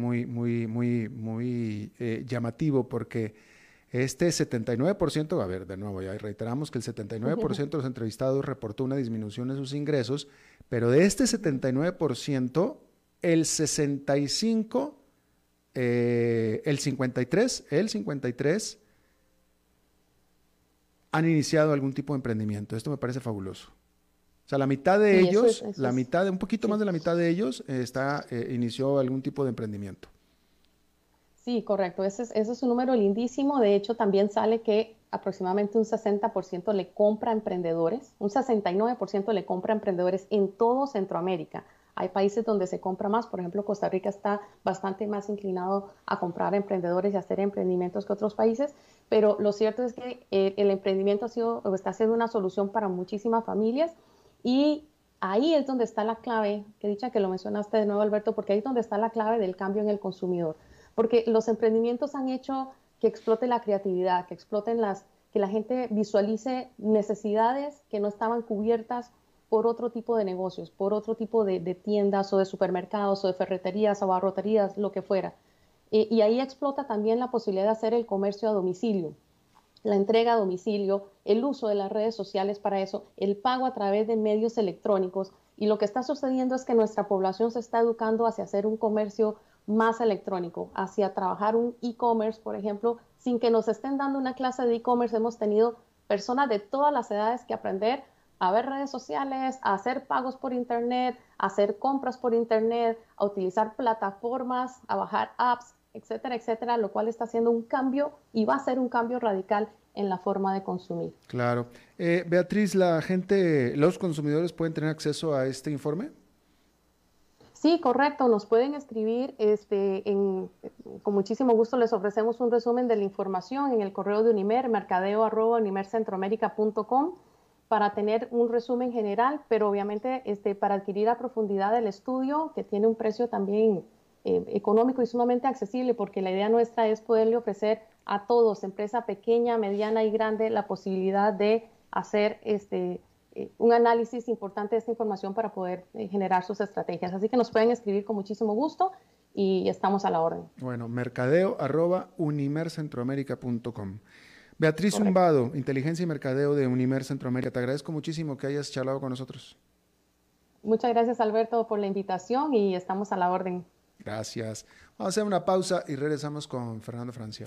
muy llamativo porque este 79%, a ver, de nuevo, ya reiteramos que el 79% de los entrevistados reportó una disminución en sus ingresos, pero de este 79%, el 65%, el 53% han iniciado algún tipo de emprendimiento. Esto me parece fabuloso. O sea, la mitad de ellos, un poquito más de la mitad de ellos inició algún tipo de emprendimiento. Sí, correcto. Ese es un número lindísimo. De hecho, también sale que aproximadamente un 60% le compra a emprendedores, un 69% le compra a emprendedores en todo Centroamérica. Hay países donde se compra más, por ejemplo, Costa Rica está bastante más inclinado a comprar a emprendedores y a hacer emprendimientos que otros países, pero lo cierto es que el emprendimiento está siendo una solución para muchísimas familias y ahí es donde está la clave, que dicha que lo mencionaste de nuevo, Alberto, porque ahí es donde está la clave del cambio en el consumidor. Porque los emprendimientos han hecho que explote la creatividad, que la gente visualice necesidades que no estaban cubiertas por otro tipo de negocios, por otro tipo de tiendas o de supermercados o de ferreterías o abarroterías, lo que fuera. Y ahí explota también la posibilidad de hacer el comercio a domicilio, la entrega a domicilio, el uso de las redes sociales para eso, el pago a través de medios electrónicos. Y lo que está sucediendo es que nuestra población se está educando hacia hacer un comercio más electrónico, hacia trabajar un e-commerce, por ejemplo, sin que nos estén dando una clase de e-commerce. Hemos tenido personas de todas las edades que aprender a ver redes sociales, a hacer pagos por internet, a hacer compras por internet, a utilizar plataformas, a bajar apps, etcétera, etcétera, lo cual está haciendo un cambio y va a ser un cambio radical en la forma de consumir. Claro. Beatriz, los consumidores pueden tener acceso a este informe. Sí, correcto. Nos pueden escribir, con muchísimo gusto les ofrecemos un resumen de la información en el correo de Unimer, mercadeo@unimercentroamerica.com, para tener un resumen general, pero obviamente para adquirir a profundidad el estudio, que tiene un precio también económico y sumamente accesible, porque la idea nuestra es poderle ofrecer a todos, empresa pequeña, mediana y grande, la posibilidad de hacer un análisis importante de esta información para poder generar sus estrategias. Así que nos pueden escribir con muchísimo gusto y estamos a la orden. Bueno, mercadeo@unimercentroamerica.com. Beatriz Correcto. Zumbado, Inteligencia y Mercadeo de Unimer Centroamérica. Te agradezco muchísimo que hayas charlado con nosotros. Muchas gracias, Alberto, por la invitación y estamos a la orden. Gracias. Vamos a hacer una pausa y regresamos con Fernando Francia.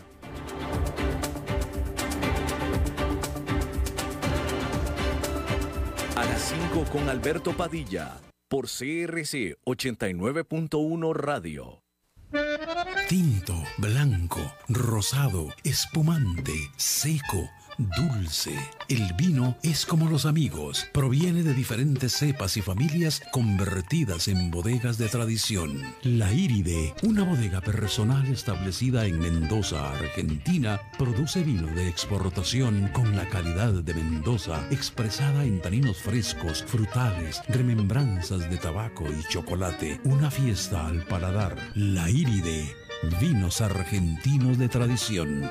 A las 5 con Alberto Padilla, por CRC 89.1 Radio. Tinto, blanco, rosado, espumante, seco, dulce. El vino es como los amigos. Proviene de diferentes cepas y familias convertidas en bodegas de tradición. La Iride, una bodega personal establecida en Mendoza, Argentina, produce vino de exportación con la calidad de Mendoza, expresada en taninos frescos, frutales, remembranzas de tabaco y chocolate. Una fiesta al paladar. La Iride, vinos argentinos de tradición.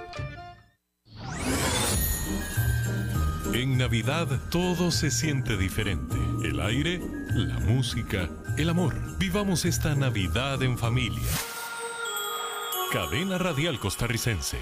En Navidad todo se siente diferente. El aire, la música, el amor. Vivamos esta Navidad en familia. Cadena Radial Costarricense.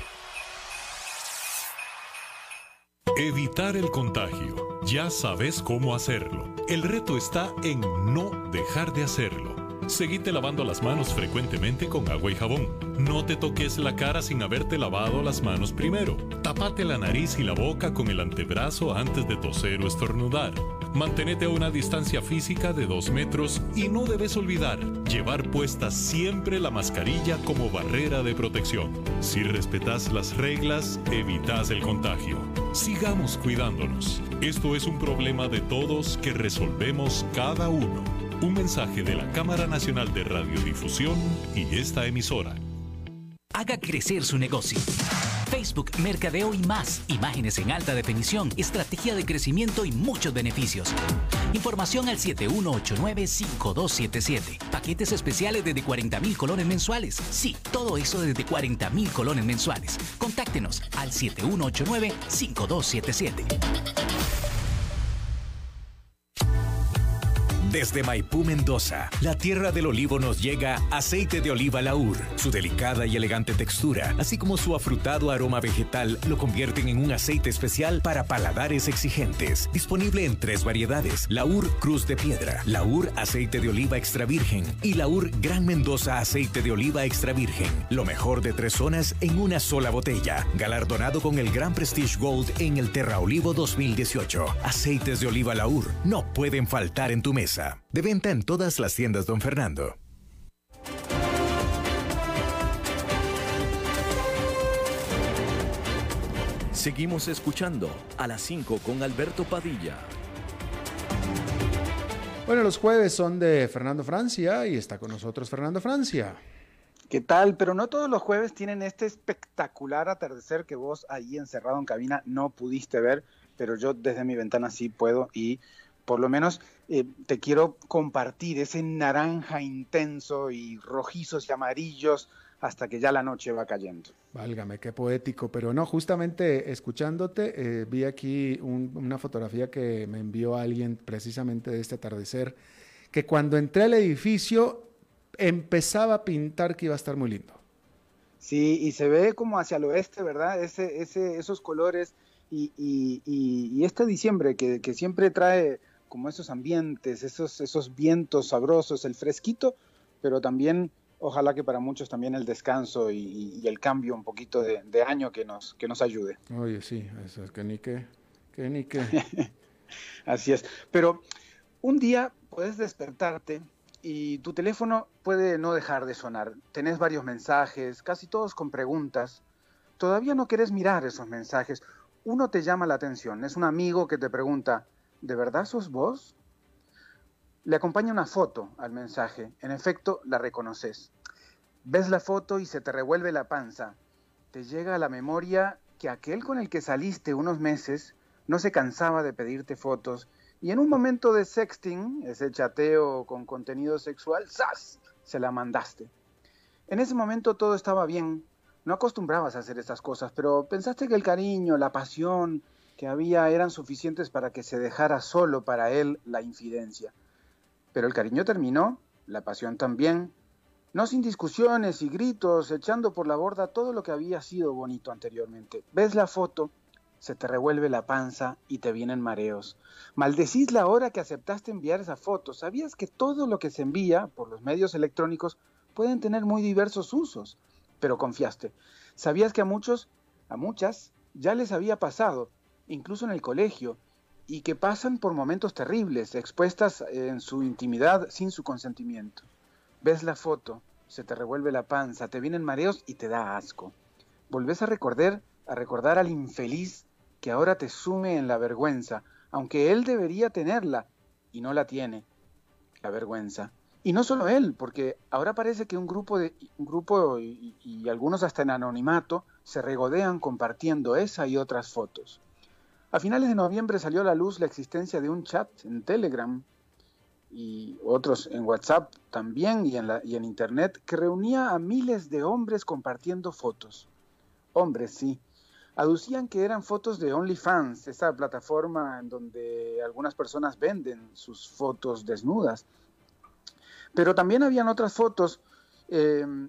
Evitar el contagio. Ya sabes cómo hacerlo. El reto está en no dejar de hacerlo. Seguite lavando las manos frecuentemente con agua y jabón. No te toques la cara sin haberte lavado las manos primero. Tápate la nariz y la boca con el antebrazo antes de toser o estornudar. Manténete a una distancia física de 2 metros y no debes olvidar llevar puesta siempre la mascarilla como barrera de protección. Si respetas las reglas, evitas el contagio. Sigamos cuidándonos. Esto es un problema de todos que resolvemos cada uno. Un mensaje de la Cámara Nacional de Radiodifusión y esta emisora. Haga crecer su negocio. Facebook, Mercadeo y más. Imágenes en alta definición, estrategia de crecimiento y muchos beneficios. Información al 7189-5277. Paquetes especiales desde 40,000 colones mensuales. Sí, todo eso desde 40,000 colones mensuales. Contáctenos al 7189-5277. Desde Maipú, Mendoza, la tierra del olivo, nos llega aceite de oliva Laur. Su delicada y elegante textura, así como su afrutado aroma vegetal, lo convierten en un aceite especial para paladares exigentes. Disponible en 3 variedades: Laur Cruz de Piedra, Laur Aceite de Oliva Extra Virgen y Laur Gran Mendoza Aceite de Oliva Extra Virgen. Lo mejor de 3 zonas en una sola botella. Galardonado con el Gran Prestige Gold en el Terra Olivo 2018. Aceites de oliva Laur no pueden faltar en tu mesa. De venta en todas las tiendas Don Fernando. Seguimos escuchando a las 5 con Alberto Padilla. Bueno, los jueves son de Fernando Francia y está con nosotros Fernando Francia. ¿Qué tal? Pero no todos los jueves tienen este espectacular atardecer que vos ahí encerrado en cabina no pudiste ver, pero yo desde mi ventana sí puedo y por lo menos te quiero compartir ese naranja intenso y rojizos y amarillos hasta que ya la noche va cayendo. Válgame, qué poético, pero no, justamente escuchándote, vi aquí una fotografía que me envió alguien precisamente de este atardecer, que cuando entré al edificio empezaba a pintar que iba a estar muy lindo. Sí, y se ve como hacia el oeste, ¿verdad? Esos colores y este diciembre que siempre trae como esos ambientes, esos vientos sabrosos, el fresquito, pero también ojalá que para muchos también el descanso y el cambio un poquito de año que nos ayude. Oye, sí, eso es que ni qué. Así es, pero un día puedes despertarte y tu teléfono puede no dejar de sonar. Tenés varios mensajes, casi todos con preguntas. Todavía no querés mirar esos mensajes. Uno te llama la atención, es un amigo que te pregunta: ¿de verdad sos vos? Le acompaña una foto al mensaje. En efecto, la reconoces. Ves la foto y se te revuelve la panza. Te llega a la memoria que aquel con el que saliste unos meses no se cansaba de pedirte fotos y en un momento de sexting, ese chateo con contenido sexual, ¡zas!, se la mandaste. En ese momento todo estaba bien. No acostumbrabas a hacer estas cosas, pero pensaste que el cariño, la pasión que había eran suficientes para que se dejara solo para él la infidencia. Pero el cariño terminó, la pasión también, no sin discusiones y gritos, echando por la borda todo lo que había sido bonito anteriormente. Ves la foto se te revuelve la panza y te vienen mareos. Maldecís la hora que aceptaste enviar esa foto. ¿Sabías que todo lo que se envía por los medios electrónicos pueden tener muy diversos usos? Pero confiaste. ¿Sabías que a muchas, ya les había pasado, incluso en el colegio, y que pasan por momentos terribles, expuestas en su intimidad sin su consentimiento? Ves la foto, se te revuelve la panza, te vienen mareos y te da asco. Volvés a recordar al infeliz que ahora te sume en la vergüenza, aunque él debería tenerla y no la tiene, la vergüenza. Y no solo él, porque ahora parece que un grupo y algunos hasta en anonimato se regodean compartiendo esa y otras fotos. A finales de noviembre salió a la luz la existencia de un chat en Telegram y otros en WhatsApp también y en Internet que reunía a miles de hombres compartiendo fotos. Hombres, sí. Aducían que eran fotos de OnlyFans, esa plataforma en donde algunas personas venden sus fotos desnudas. Pero también habían otras fotos que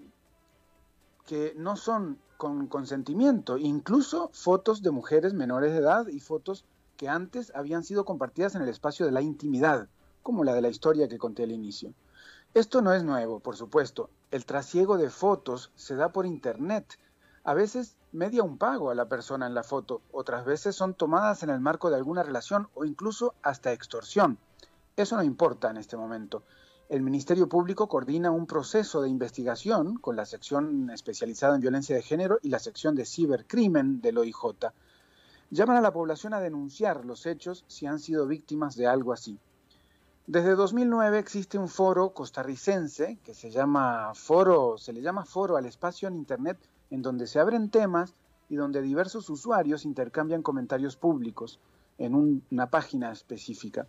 no son con consentimiento, incluso fotos de mujeres menores de edad y fotos que antes habían sido compartidas en el espacio de la intimidad, como la de la historia que conté al inicio. Esto no es nuevo, por supuesto. El trasiego de fotos se da por internet. A veces media un pago a la persona en la foto, otras veces son tomadas en el marco de alguna relación o incluso hasta extorsión. Eso no importa en este momento. El Ministerio Público coordina un proceso de investigación con la sección especializada en violencia de género y la sección de cibercrimen del OIJ. Llaman a la población a denunciar los hechos si han sido víctimas de algo así. Desde 2009 existe un foro costarricense que se le llama Foro al Espacio en Internet, en donde se abren temas y donde diversos usuarios intercambian comentarios públicos en una página específica.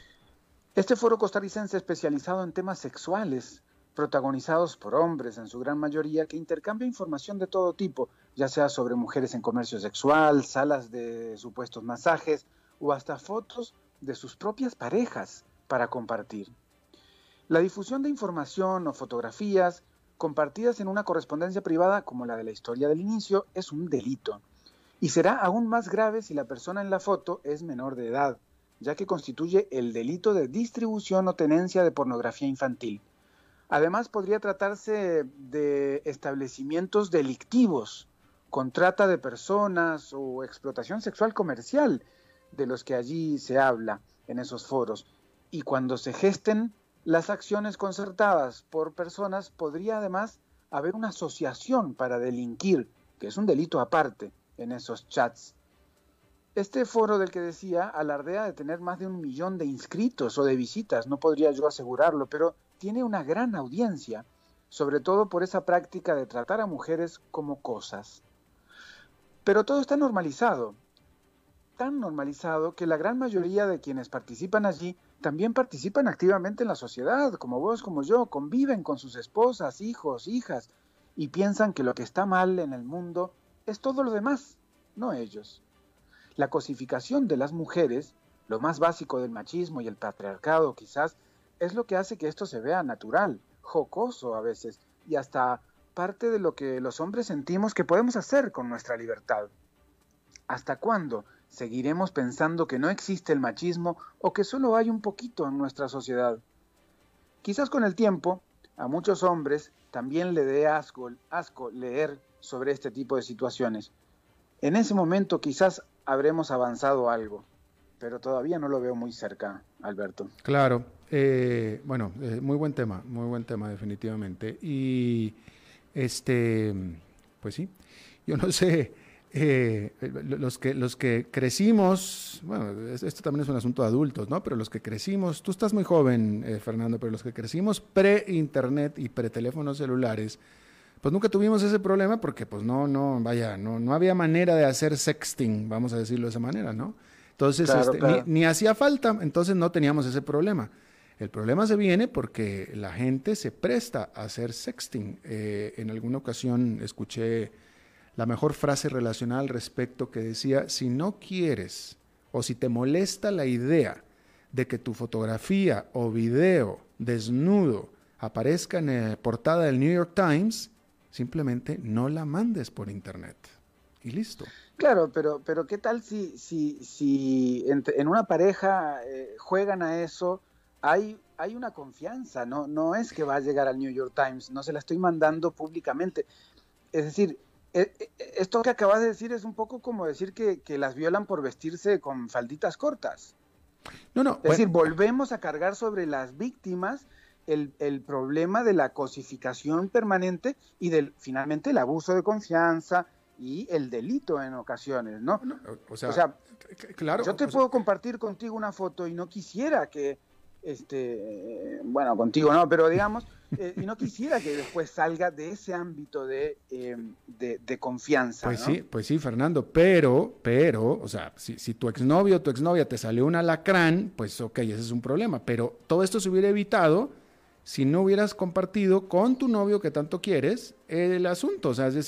Este foro costarricense especializado en temas sexuales, protagonizados por hombres en su gran mayoría, que intercambia información de todo tipo, ya sea sobre mujeres en comercio sexual, salas de supuestos masajes o hasta fotos de sus propias parejas para compartir. La difusión de información o fotografías compartidas en una correspondencia privada como la de la historia del inicio es un delito, y será aún más grave si la persona en la foto es menor de edad, ya que constituye el delito de distribución o tenencia de pornografía infantil. Además, podría tratarse de establecimientos delictivos, con trata de personas o explotación sexual comercial, de los que allí se habla en esos foros. Y cuando se gesten las acciones concertadas por personas, podría además haber una asociación para delinquir, que es un delito aparte en esos chats. Este foro del que decía alardea de tener más de 1 millón de inscritos o de visitas, no podría yo asegurarlo, pero tiene una gran audiencia, sobre todo por esa práctica de tratar a mujeres como cosas. Pero todo está normalizado, tan normalizado que la gran mayoría de quienes participan allí también participan activamente en la sociedad, como vos, como yo, conviven con sus esposas, hijos, hijas, y piensan que lo que está mal en el mundo es todo lo demás, no ellos. La cosificación de las mujeres, lo más básico del machismo y el patriarcado quizás, es lo que hace que esto se vea natural, jocoso a veces, y hasta parte de lo que los hombres sentimos que podemos hacer con nuestra libertad. ¿Hasta cuándo seguiremos pensando que no existe el machismo o que solo hay un poquito en nuestra sociedad? Quizás con el tiempo, a muchos hombres también le dé asco leer sobre este tipo de situaciones. En ese momento quizás habremos avanzado algo, pero todavía no lo veo muy cerca, Alberto. Claro, muy buen tema definitivamente. Y pues sí, yo no sé, los que crecimos, bueno, esto también es un asunto de adultos, ¿no? Pero los que crecimos, tú estás muy joven, Fernando, pero los que crecimos pre-internet y pre-teléfonos celulares, pues nunca tuvimos ese problema porque pues no había manera de hacer sexting, vamos a decirlo de esa manera, ¿no? Entonces, claro. Ni hacía falta, entonces no teníamos ese problema. El problema se viene porque la gente se presta a hacer sexting. En alguna ocasión escuché la mejor frase relacional al respecto que decía, si no quieres o si te molesta la idea de que tu fotografía o video desnudo aparezca en la portada del New York Times, simplemente no la mandes por internet. Y listo. Claro, pero ¿qué tal si en una pareja juegan a eso? Hay una confianza, no es que va a llegar al New York Times, no se la estoy mandando públicamente. Es decir, esto que acabas de decir es un poco como decir que las violan por vestirse con falditas cortas. No, Es decir, volvemos a cargar sobre las víctimas el problema de la cosificación permanente y finalmente el abuso de confianza y el delito en ocasiones, ¿no? O sea, claro. Yo te puedo compartir contigo una foto y no quisiera que, bueno, contigo no, pero digamos, y no quisiera que después salga de ese ámbito de confianza, Pues ¿no? Pues sí, Fernando, pero, o sea, si tu exnovio o tu exnovia te salió un alacrán, pues ok, ese es un problema, pero todo esto se hubiera evitado si no hubieras compartido con tu novio que tanto quieres el asunto. O sea, es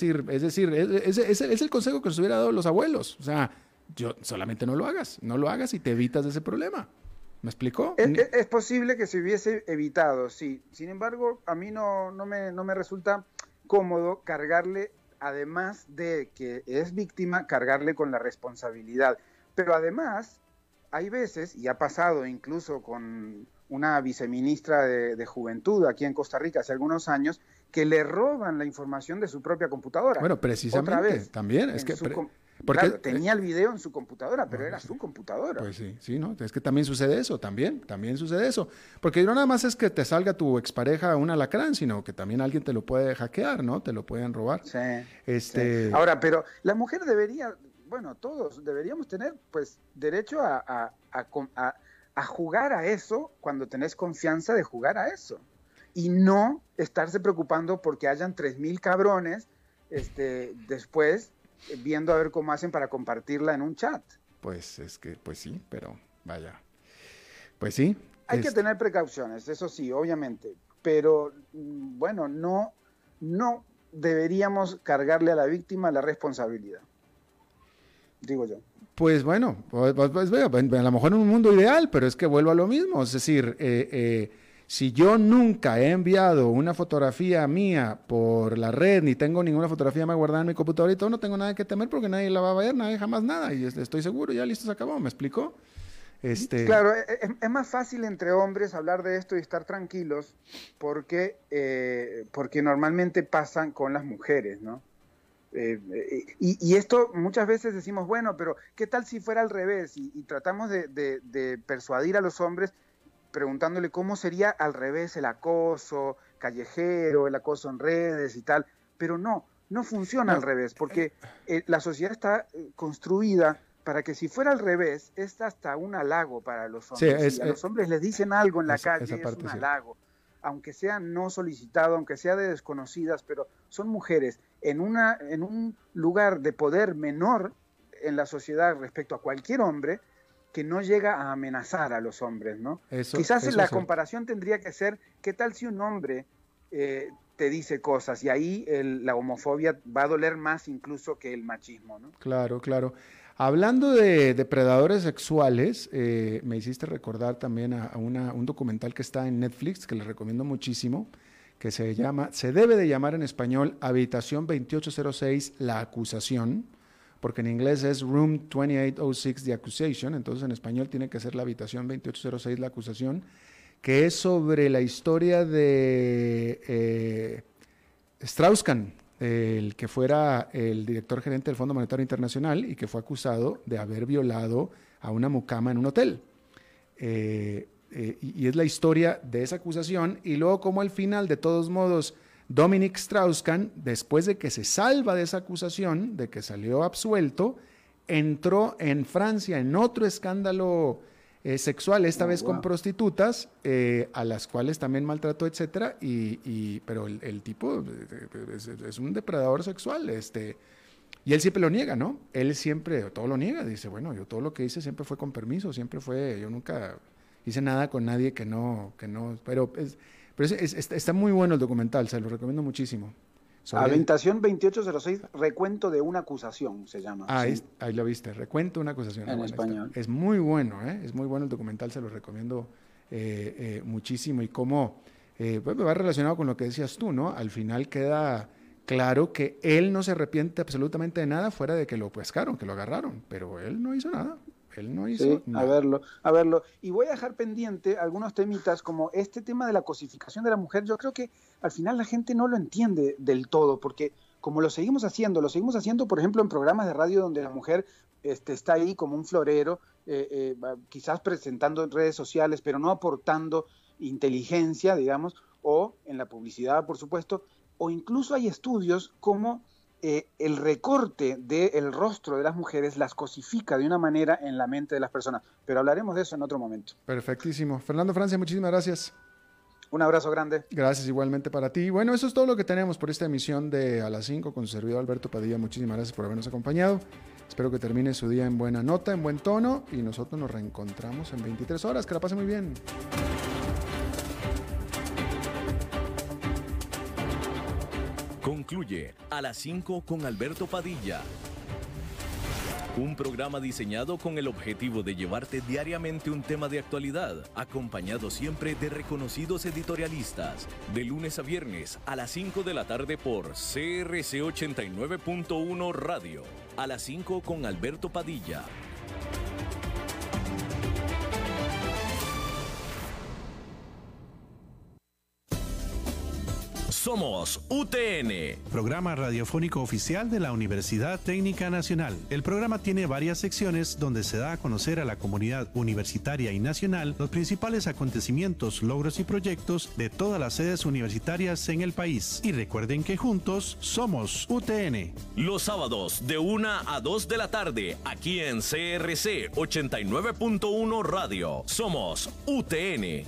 el consejo que nos hubiera dado los abuelos. O sea, solamente no lo hagas y te evitas ese problema. ¿Me explicó? Es posible que se hubiese evitado, sí. Sin embargo, a mí no me resulta cómodo cargarle, además de que es víctima, cargarle con la responsabilidad. Pero además, hay veces, y ha pasado incluso con una viceministra de Juventud aquí en Costa Rica hace algunos años, que le roban la información de su propia computadora. Bueno, precisamente, otra vez, también. Es que porque claro, tenía el video en su computadora, pero era su computadora. Pues sí, ¿no? Es que también sucede eso, también sucede eso. Porque no nada más es que te salga tu expareja un alacrán, sino que también alguien te lo puede hackear, ¿no? Te lo pueden robar. Sí. Ahora, pero la mujer debería, bueno, todos deberíamos tener, pues, derecho a jugar a eso cuando tenés confianza de jugar a eso. Y no estarse preocupando porque hayan 3,000 cabrones después viendo a ver cómo hacen para compartirla en un chat. Pues sí, pero vaya. Pues sí. Hay que tener precauciones, eso sí, obviamente. Pero, bueno, no deberíamos cargarle a la víctima la responsabilidad. Digo yo. Pues bueno, a lo mejor en un mundo ideal, pero es que vuelvo a lo mismo. Es decir, si yo nunca he enviado una fotografía mía por la red, ni tengo ninguna fotografía más guardada en mi computadora y todo, no tengo nada que temer porque nadie la va a ver, nadie jamás nada. Y estoy seguro, ya listo, se acabó, ¿me explicó? Claro, es más fácil entre hombres hablar de esto y estar tranquilos porque normalmente pasan con las mujeres, ¿no? Y esto muchas veces decimos, bueno, pero ¿qué tal si fuera al revés? Y tratamos de persuadir a los hombres preguntándole cómo sería al revés el acoso callejero, el acoso en redes y tal, pero no funciona al revés, porque la sociedad está construida para que si fuera al revés, es hasta un halago para los hombres. Si a los hombres les dicen algo en la calle, es un halago. Aunque sea no solicitado, aunque sea de desconocidas, pero son mujeres en un lugar de poder menor en la sociedad respecto a cualquier hombre que no llega a amenazar a los hombres, ¿no? Quizás la comparación tendría que ser, ¿qué tal si un hombre te dice cosas? Y ahí la homofobia va a doler más incluso que el machismo, ¿no? Claro. Hablando de depredadores sexuales, me hiciste recordar también a un documental que está en Netflix, que les recomiendo muchísimo, que se debe de llamar en español Habitación 2806, La Acusación, porque en inglés es Room 2806, The Accusation, entonces en español tiene que ser La Habitación 2806, La Acusación, que es sobre la historia de Strauss-Kahn, el que fuera el director gerente del Fondo Monetario Internacional y que fue acusado de haber violado a una mucama en un hotel. Y es la historia de esa acusación y luego como al final, de todos modos, Dominique Strauss-Kahn, después de que se salva de esa acusación, de que salió absuelto, entró en Francia en otro escándalo sexual, esta vez con prostitutas, a las cuales también maltrató, etcétera, pero el tipo es un depredador sexual, y él siempre lo niega, ¿no? Él siempre, todo lo niega, dice, bueno, yo todo lo que hice siempre fue con permiso, yo nunca hice nada con nadie que no, pero está muy bueno el documental, se lo recomiendo muchísimo. Habitación 2806, recuento de una acusación, se llama. Ahí lo viste, recuento de una acusación. En español. Es muy bueno, es muy bueno el documental, se lo recomiendo muchísimo. Y cómo va relacionado con lo que decías tú, ¿no? Al final queda Claro que él no se arrepiente absolutamente de nada fuera de que lo pescaron, que lo agarraron, pero él no hizo nada. Él no hizo nada. A verlo. Y voy a dejar pendiente algunos temitas como este tema de la cosificación de la mujer. Yo creo que al final la gente no lo entiende del todo, porque como lo seguimos haciendo, por ejemplo, en programas de radio donde la mujer está ahí como un florero, quizás presentando en redes sociales, pero no aportando inteligencia, digamos, o en la publicidad, por supuesto, o incluso hay estudios como el recorte del rostro de las mujeres las cosifica de una manera en la mente de las personas. Pero hablaremos de eso en otro momento. Perfectísimo. Fernando Francia, muchísimas gracias. Un abrazo grande. Gracias igualmente para ti. Bueno, eso es todo lo que tenemos por esta emisión de A las 5 con su servidor Alberto Padilla. Muchísimas gracias por habernos acompañado. Espero que termine su día en buena nota, en buen tono, y nosotros nos reencontramos en 23 horas. Que la pase muy bien. Concluye A las 5 con Alberto Padilla. Un programa diseñado con el objetivo de llevarte diariamente un tema de actualidad, acompañado siempre de reconocidos editorialistas, de lunes a viernes a las 5 de la tarde por CRC 89.1 Radio. A las 5 con Alberto Padilla. Somos UTN. Programa radiofónico oficial de la Universidad Técnica Nacional. El programa tiene varias secciones donde se da a conocer a la comunidad universitaria y nacional los principales acontecimientos, logros y proyectos de todas las sedes universitarias en el país. Y recuerden que juntos somos UTN. Los sábados de 1 a 2 de la tarde, aquí en CRC 89.1 Radio. Somos UTN.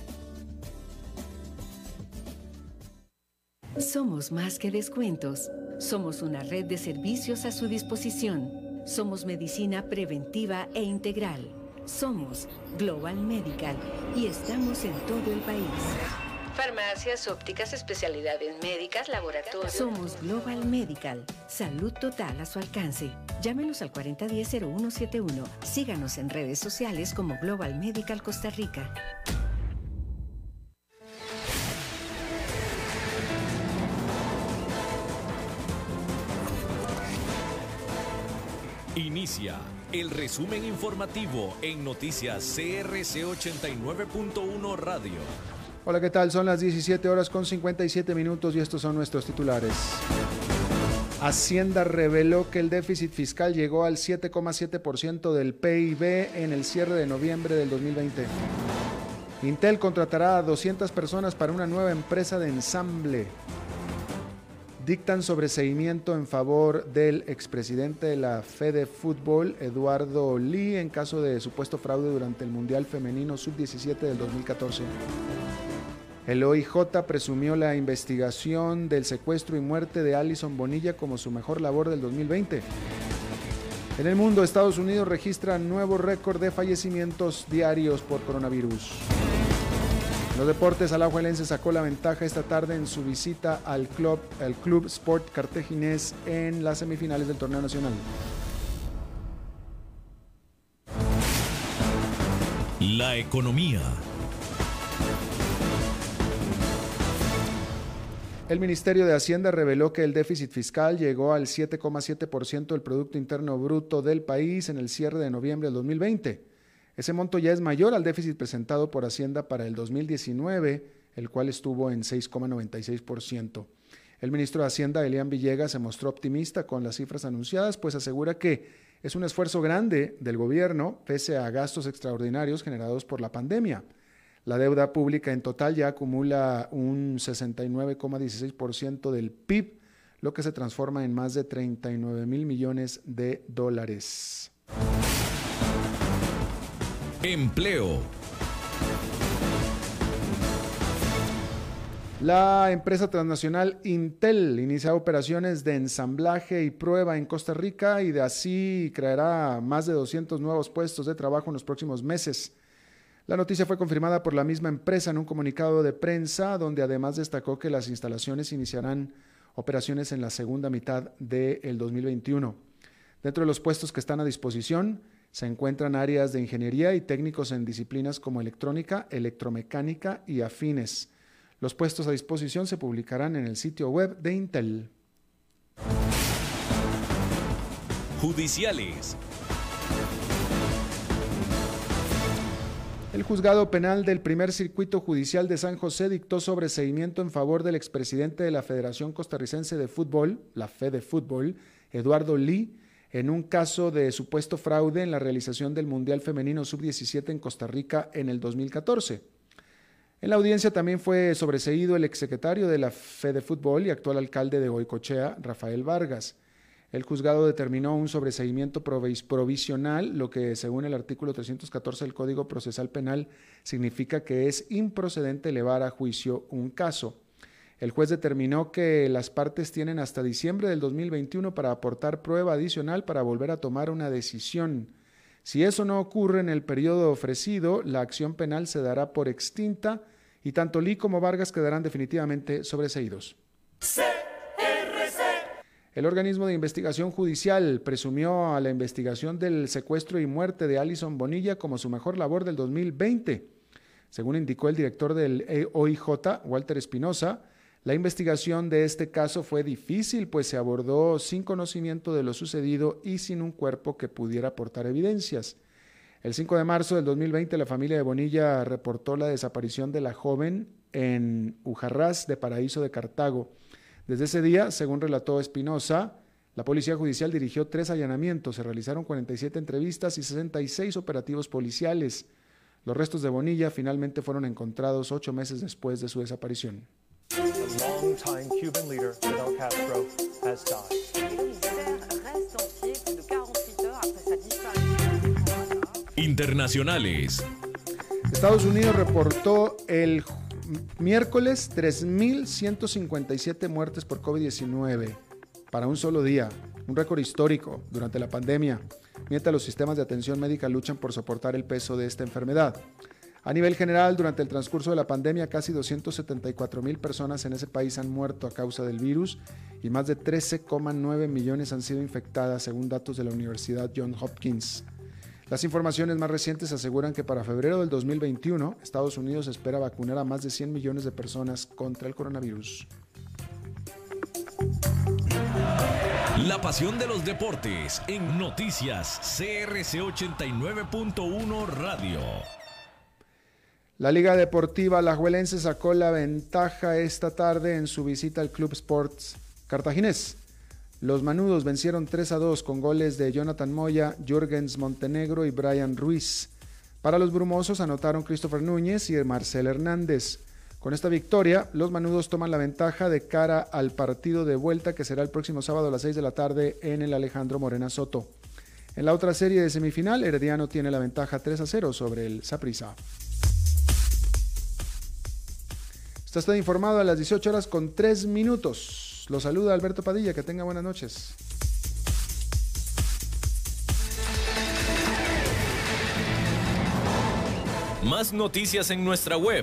Somos más que descuentos. Somos una red de servicios a su disposición. Somos medicina preventiva e integral. Somos Global Medical y estamos en todo el país. Farmacias, ópticas, especialidades médicas, laboratorios. Somos Global Medical. Salud total a su alcance. Llámenos al 4010-0171. Síganos en redes sociales como Global Medical Costa Rica. Inicia el resumen informativo en Noticias CRC 89.1 Radio. Hola, ¿qué tal? Son las 17 horas con 57 minutos y estos son nuestros titulares. Hacienda reveló que el déficit fiscal llegó al 7,7% del PIB en el cierre de noviembre del 2020. Intel contratará a 200 personas para una nueva empresa de ensamble. Dictan sobreseimiento en favor del expresidente de la Fede Fútbol, Eduardo Lee, en caso de supuesto fraude durante el Mundial Femenino Sub-17 del 2014. El OIJ presumió la investigación del secuestro y muerte de Alison Bonilla como su mejor labor del 2020. En el mundo, Estados Unidos registra nuevo récord de fallecimientos diarios por coronavirus. En los deportes, Alajuelense sacó la ventaja esta tarde en su visita al Club Sport Cartaginés en las semifinales del torneo nacional. La economía. El Ministerio de Hacienda reveló que el déficit fiscal llegó al 7,7% del Producto Interno Bruto del país en el cierre de noviembre del 2020. Ese monto ya es mayor al déficit presentado por Hacienda para el 2019, el cual estuvo en 6,96%. El ministro de Hacienda, Elian Villegas, se mostró optimista con las cifras anunciadas, pues asegura que es un esfuerzo grande del gobierno, pese a gastos extraordinarios generados por la pandemia. La deuda pública en total ya acumula un 69,16% del PIB, lo que se transforma en más de 39,000 millones de dólares. Empleo. La empresa transnacional Intel inicia operaciones de ensamblaje y prueba en Costa Rica y de así creará más de 200 nuevos puestos de trabajo en los próximos meses. La noticia fue confirmada por la misma empresa en un comunicado de prensa, donde además destacó que las instalaciones iniciarán operaciones en la segunda mitad del 2021. Dentro de los puestos que están a disposición se encuentran áreas de ingeniería y técnicos en disciplinas como electrónica, electromecánica y afines. Los puestos a disposición se publicarán en el sitio web de Intel. judiciales. El juzgado penal del primer circuito judicial de San José dictó sobreseimiento en favor del expresidente de la Federación Costarricense de Fútbol, la FEDEFútbol, Eduardo Lee, en un caso de supuesto fraude en la realización del Mundial Femenino Sub-17 en Costa Rica en el 2014. En la audiencia también fue sobreseído el exsecretario de la FEDEFútbol y actual alcalde de Goicoechea, Rafael Vargas. El juzgado determinó un sobreseimiento provisional, lo que, según el artículo 314 del Código Procesal Penal, significa que es improcedente elevar a juicio un caso. El juez determinó que las partes tienen hasta diciembre del 2021 para aportar prueba adicional para volver a tomar una decisión. Si eso no ocurre en el periodo ofrecido, la acción penal se dará por extinta y tanto Lee como Vargas quedarán definitivamente sobreseídos. El organismo de investigación judicial presumió a la investigación del secuestro y muerte de Alison Bonilla como su mejor labor del 2020. Según indicó el director del OIJ, Walter Espinosa, la investigación de este caso fue difícil, pues se abordó sin conocimiento de lo sucedido y sin un cuerpo que pudiera aportar evidencias. El 5 de marzo del 2020, la familia de Bonilla reportó la desaparición de la joven en Ujarrás de Paraíso de Cartago. Desde ese día, según relató Espinosa, la Policía Judicial dirigió 3 allanamientos, se realizaron 47 entrevistas y 66 operativos policiales. Los restos de Bonilla finalmente fueron encontrados 8 meses después de su desaparición. Internacionales. Estados Unidos reportó el miércoles 3.157 muertes por COVID-19 para un solo día, un récord histórico durante la pandemia, mientras los sistemas de atención médica luchan por soportar el peso de esta enfermedad. A nivel general, durante el transcurso de la pandemia, casi 274,000 personas en ese país han muerto a causa del virus y más de 13,9 millones han sido infectadas, según datos de la Universidad Johns Hopkins. Las informaciones más recientes aseguran que para febrero del 2021, Estados Unidos espera vacunar a más de 100 millones de personas contra el coronavirus. La pasión de los deportes en Noticias CRC 89.1 Radio. La Liga Deportiva Alajuelense sacó la ventaja esta tarde en su visita al Club Sports Cartaginés. Los manudos vencieron 3-2 con goles de Jonathan Moya, Jürgens Montenegro y Brian Ruiz. Para los brumosos anotaron Christopher Núñez y Marcel Hernández. Con esta victoria, los manudos toman la ventaja de cara al partido de vuelta que será el próximo sábado a las 6 de la tarde en el Alejandro Morena Soto. En la otra serie de semifinal, Herediano tiene la ventaja 3-0 sobre el Saprissa. Está usted informado a las 18:03. Los saluda Alberto Padilla, que tenga buenas noches. Más noticias en nuestra web,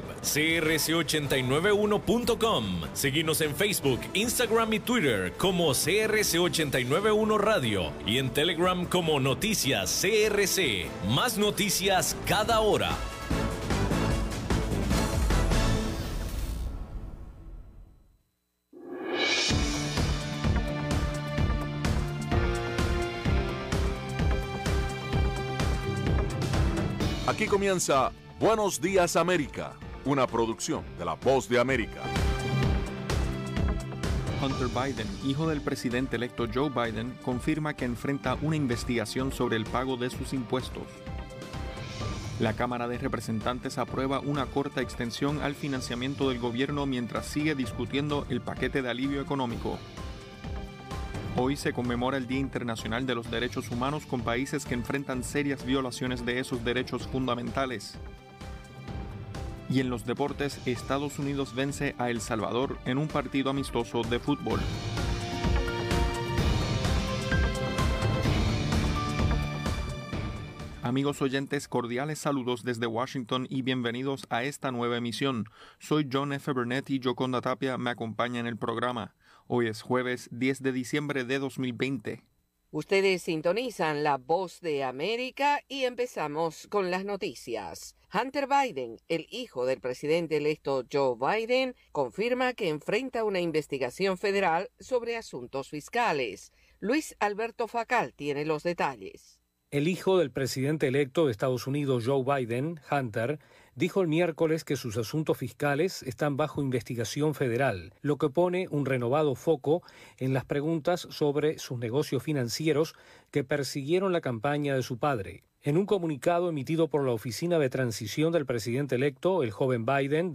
crc891.com. Seguinos en Facebook, Instagram y Twitter como CRC891 Radio y en Telegram como Noticias CRC. Más noticias cada hora. Aquí comienza Buenos Días América, una producción de La Voz de América. Hunter Biden, hijo del presidente electo Joe Biden, confirma que enfrenta una investigación sobre el pago de sus impuestos. La Cámara de Representantes aprueba una corta extensión al financiamiento del gobierno mientras sigue discutiendo el paquete de alivio económico. Hoy se conmemora el Día Internacional de los Derechos Humanos con países que enfrentan serias violaciones de esos derechos fundamentales. Y en los deportes, Estados Unidos vence a El Salvador en un partido amistoso de fútbol. Amigos oyentes, cordiales saludos desde Washington y bienvenidos a esta nueva emisión. Soy John F. Burnett y Yoconda Tapia me acompaña en el programa. Hoy es jueves 10 de diciembre de 2020. Ustedes sintonizan La Voz de América y empezamos con las noticias. Hunter Biden, el hijo del presidente electo Joe Biden, confirma que enfrenta una investigación federal sobre asuntos fiscales. Luis Alberto Facal tiene los detalles. El hijo del presidente electo de Estados Unidos, Joe Biden, Hunter, dijo el miércoles que sus asuntos fiscales están bajo investigación federal, lo que pone un renovado foco en las preguntas sobre sus negocios financieros que persiguieron la campaña de su padre. En un comunicado emitido por la Oficina de Transición del presidente electo, el joven Biden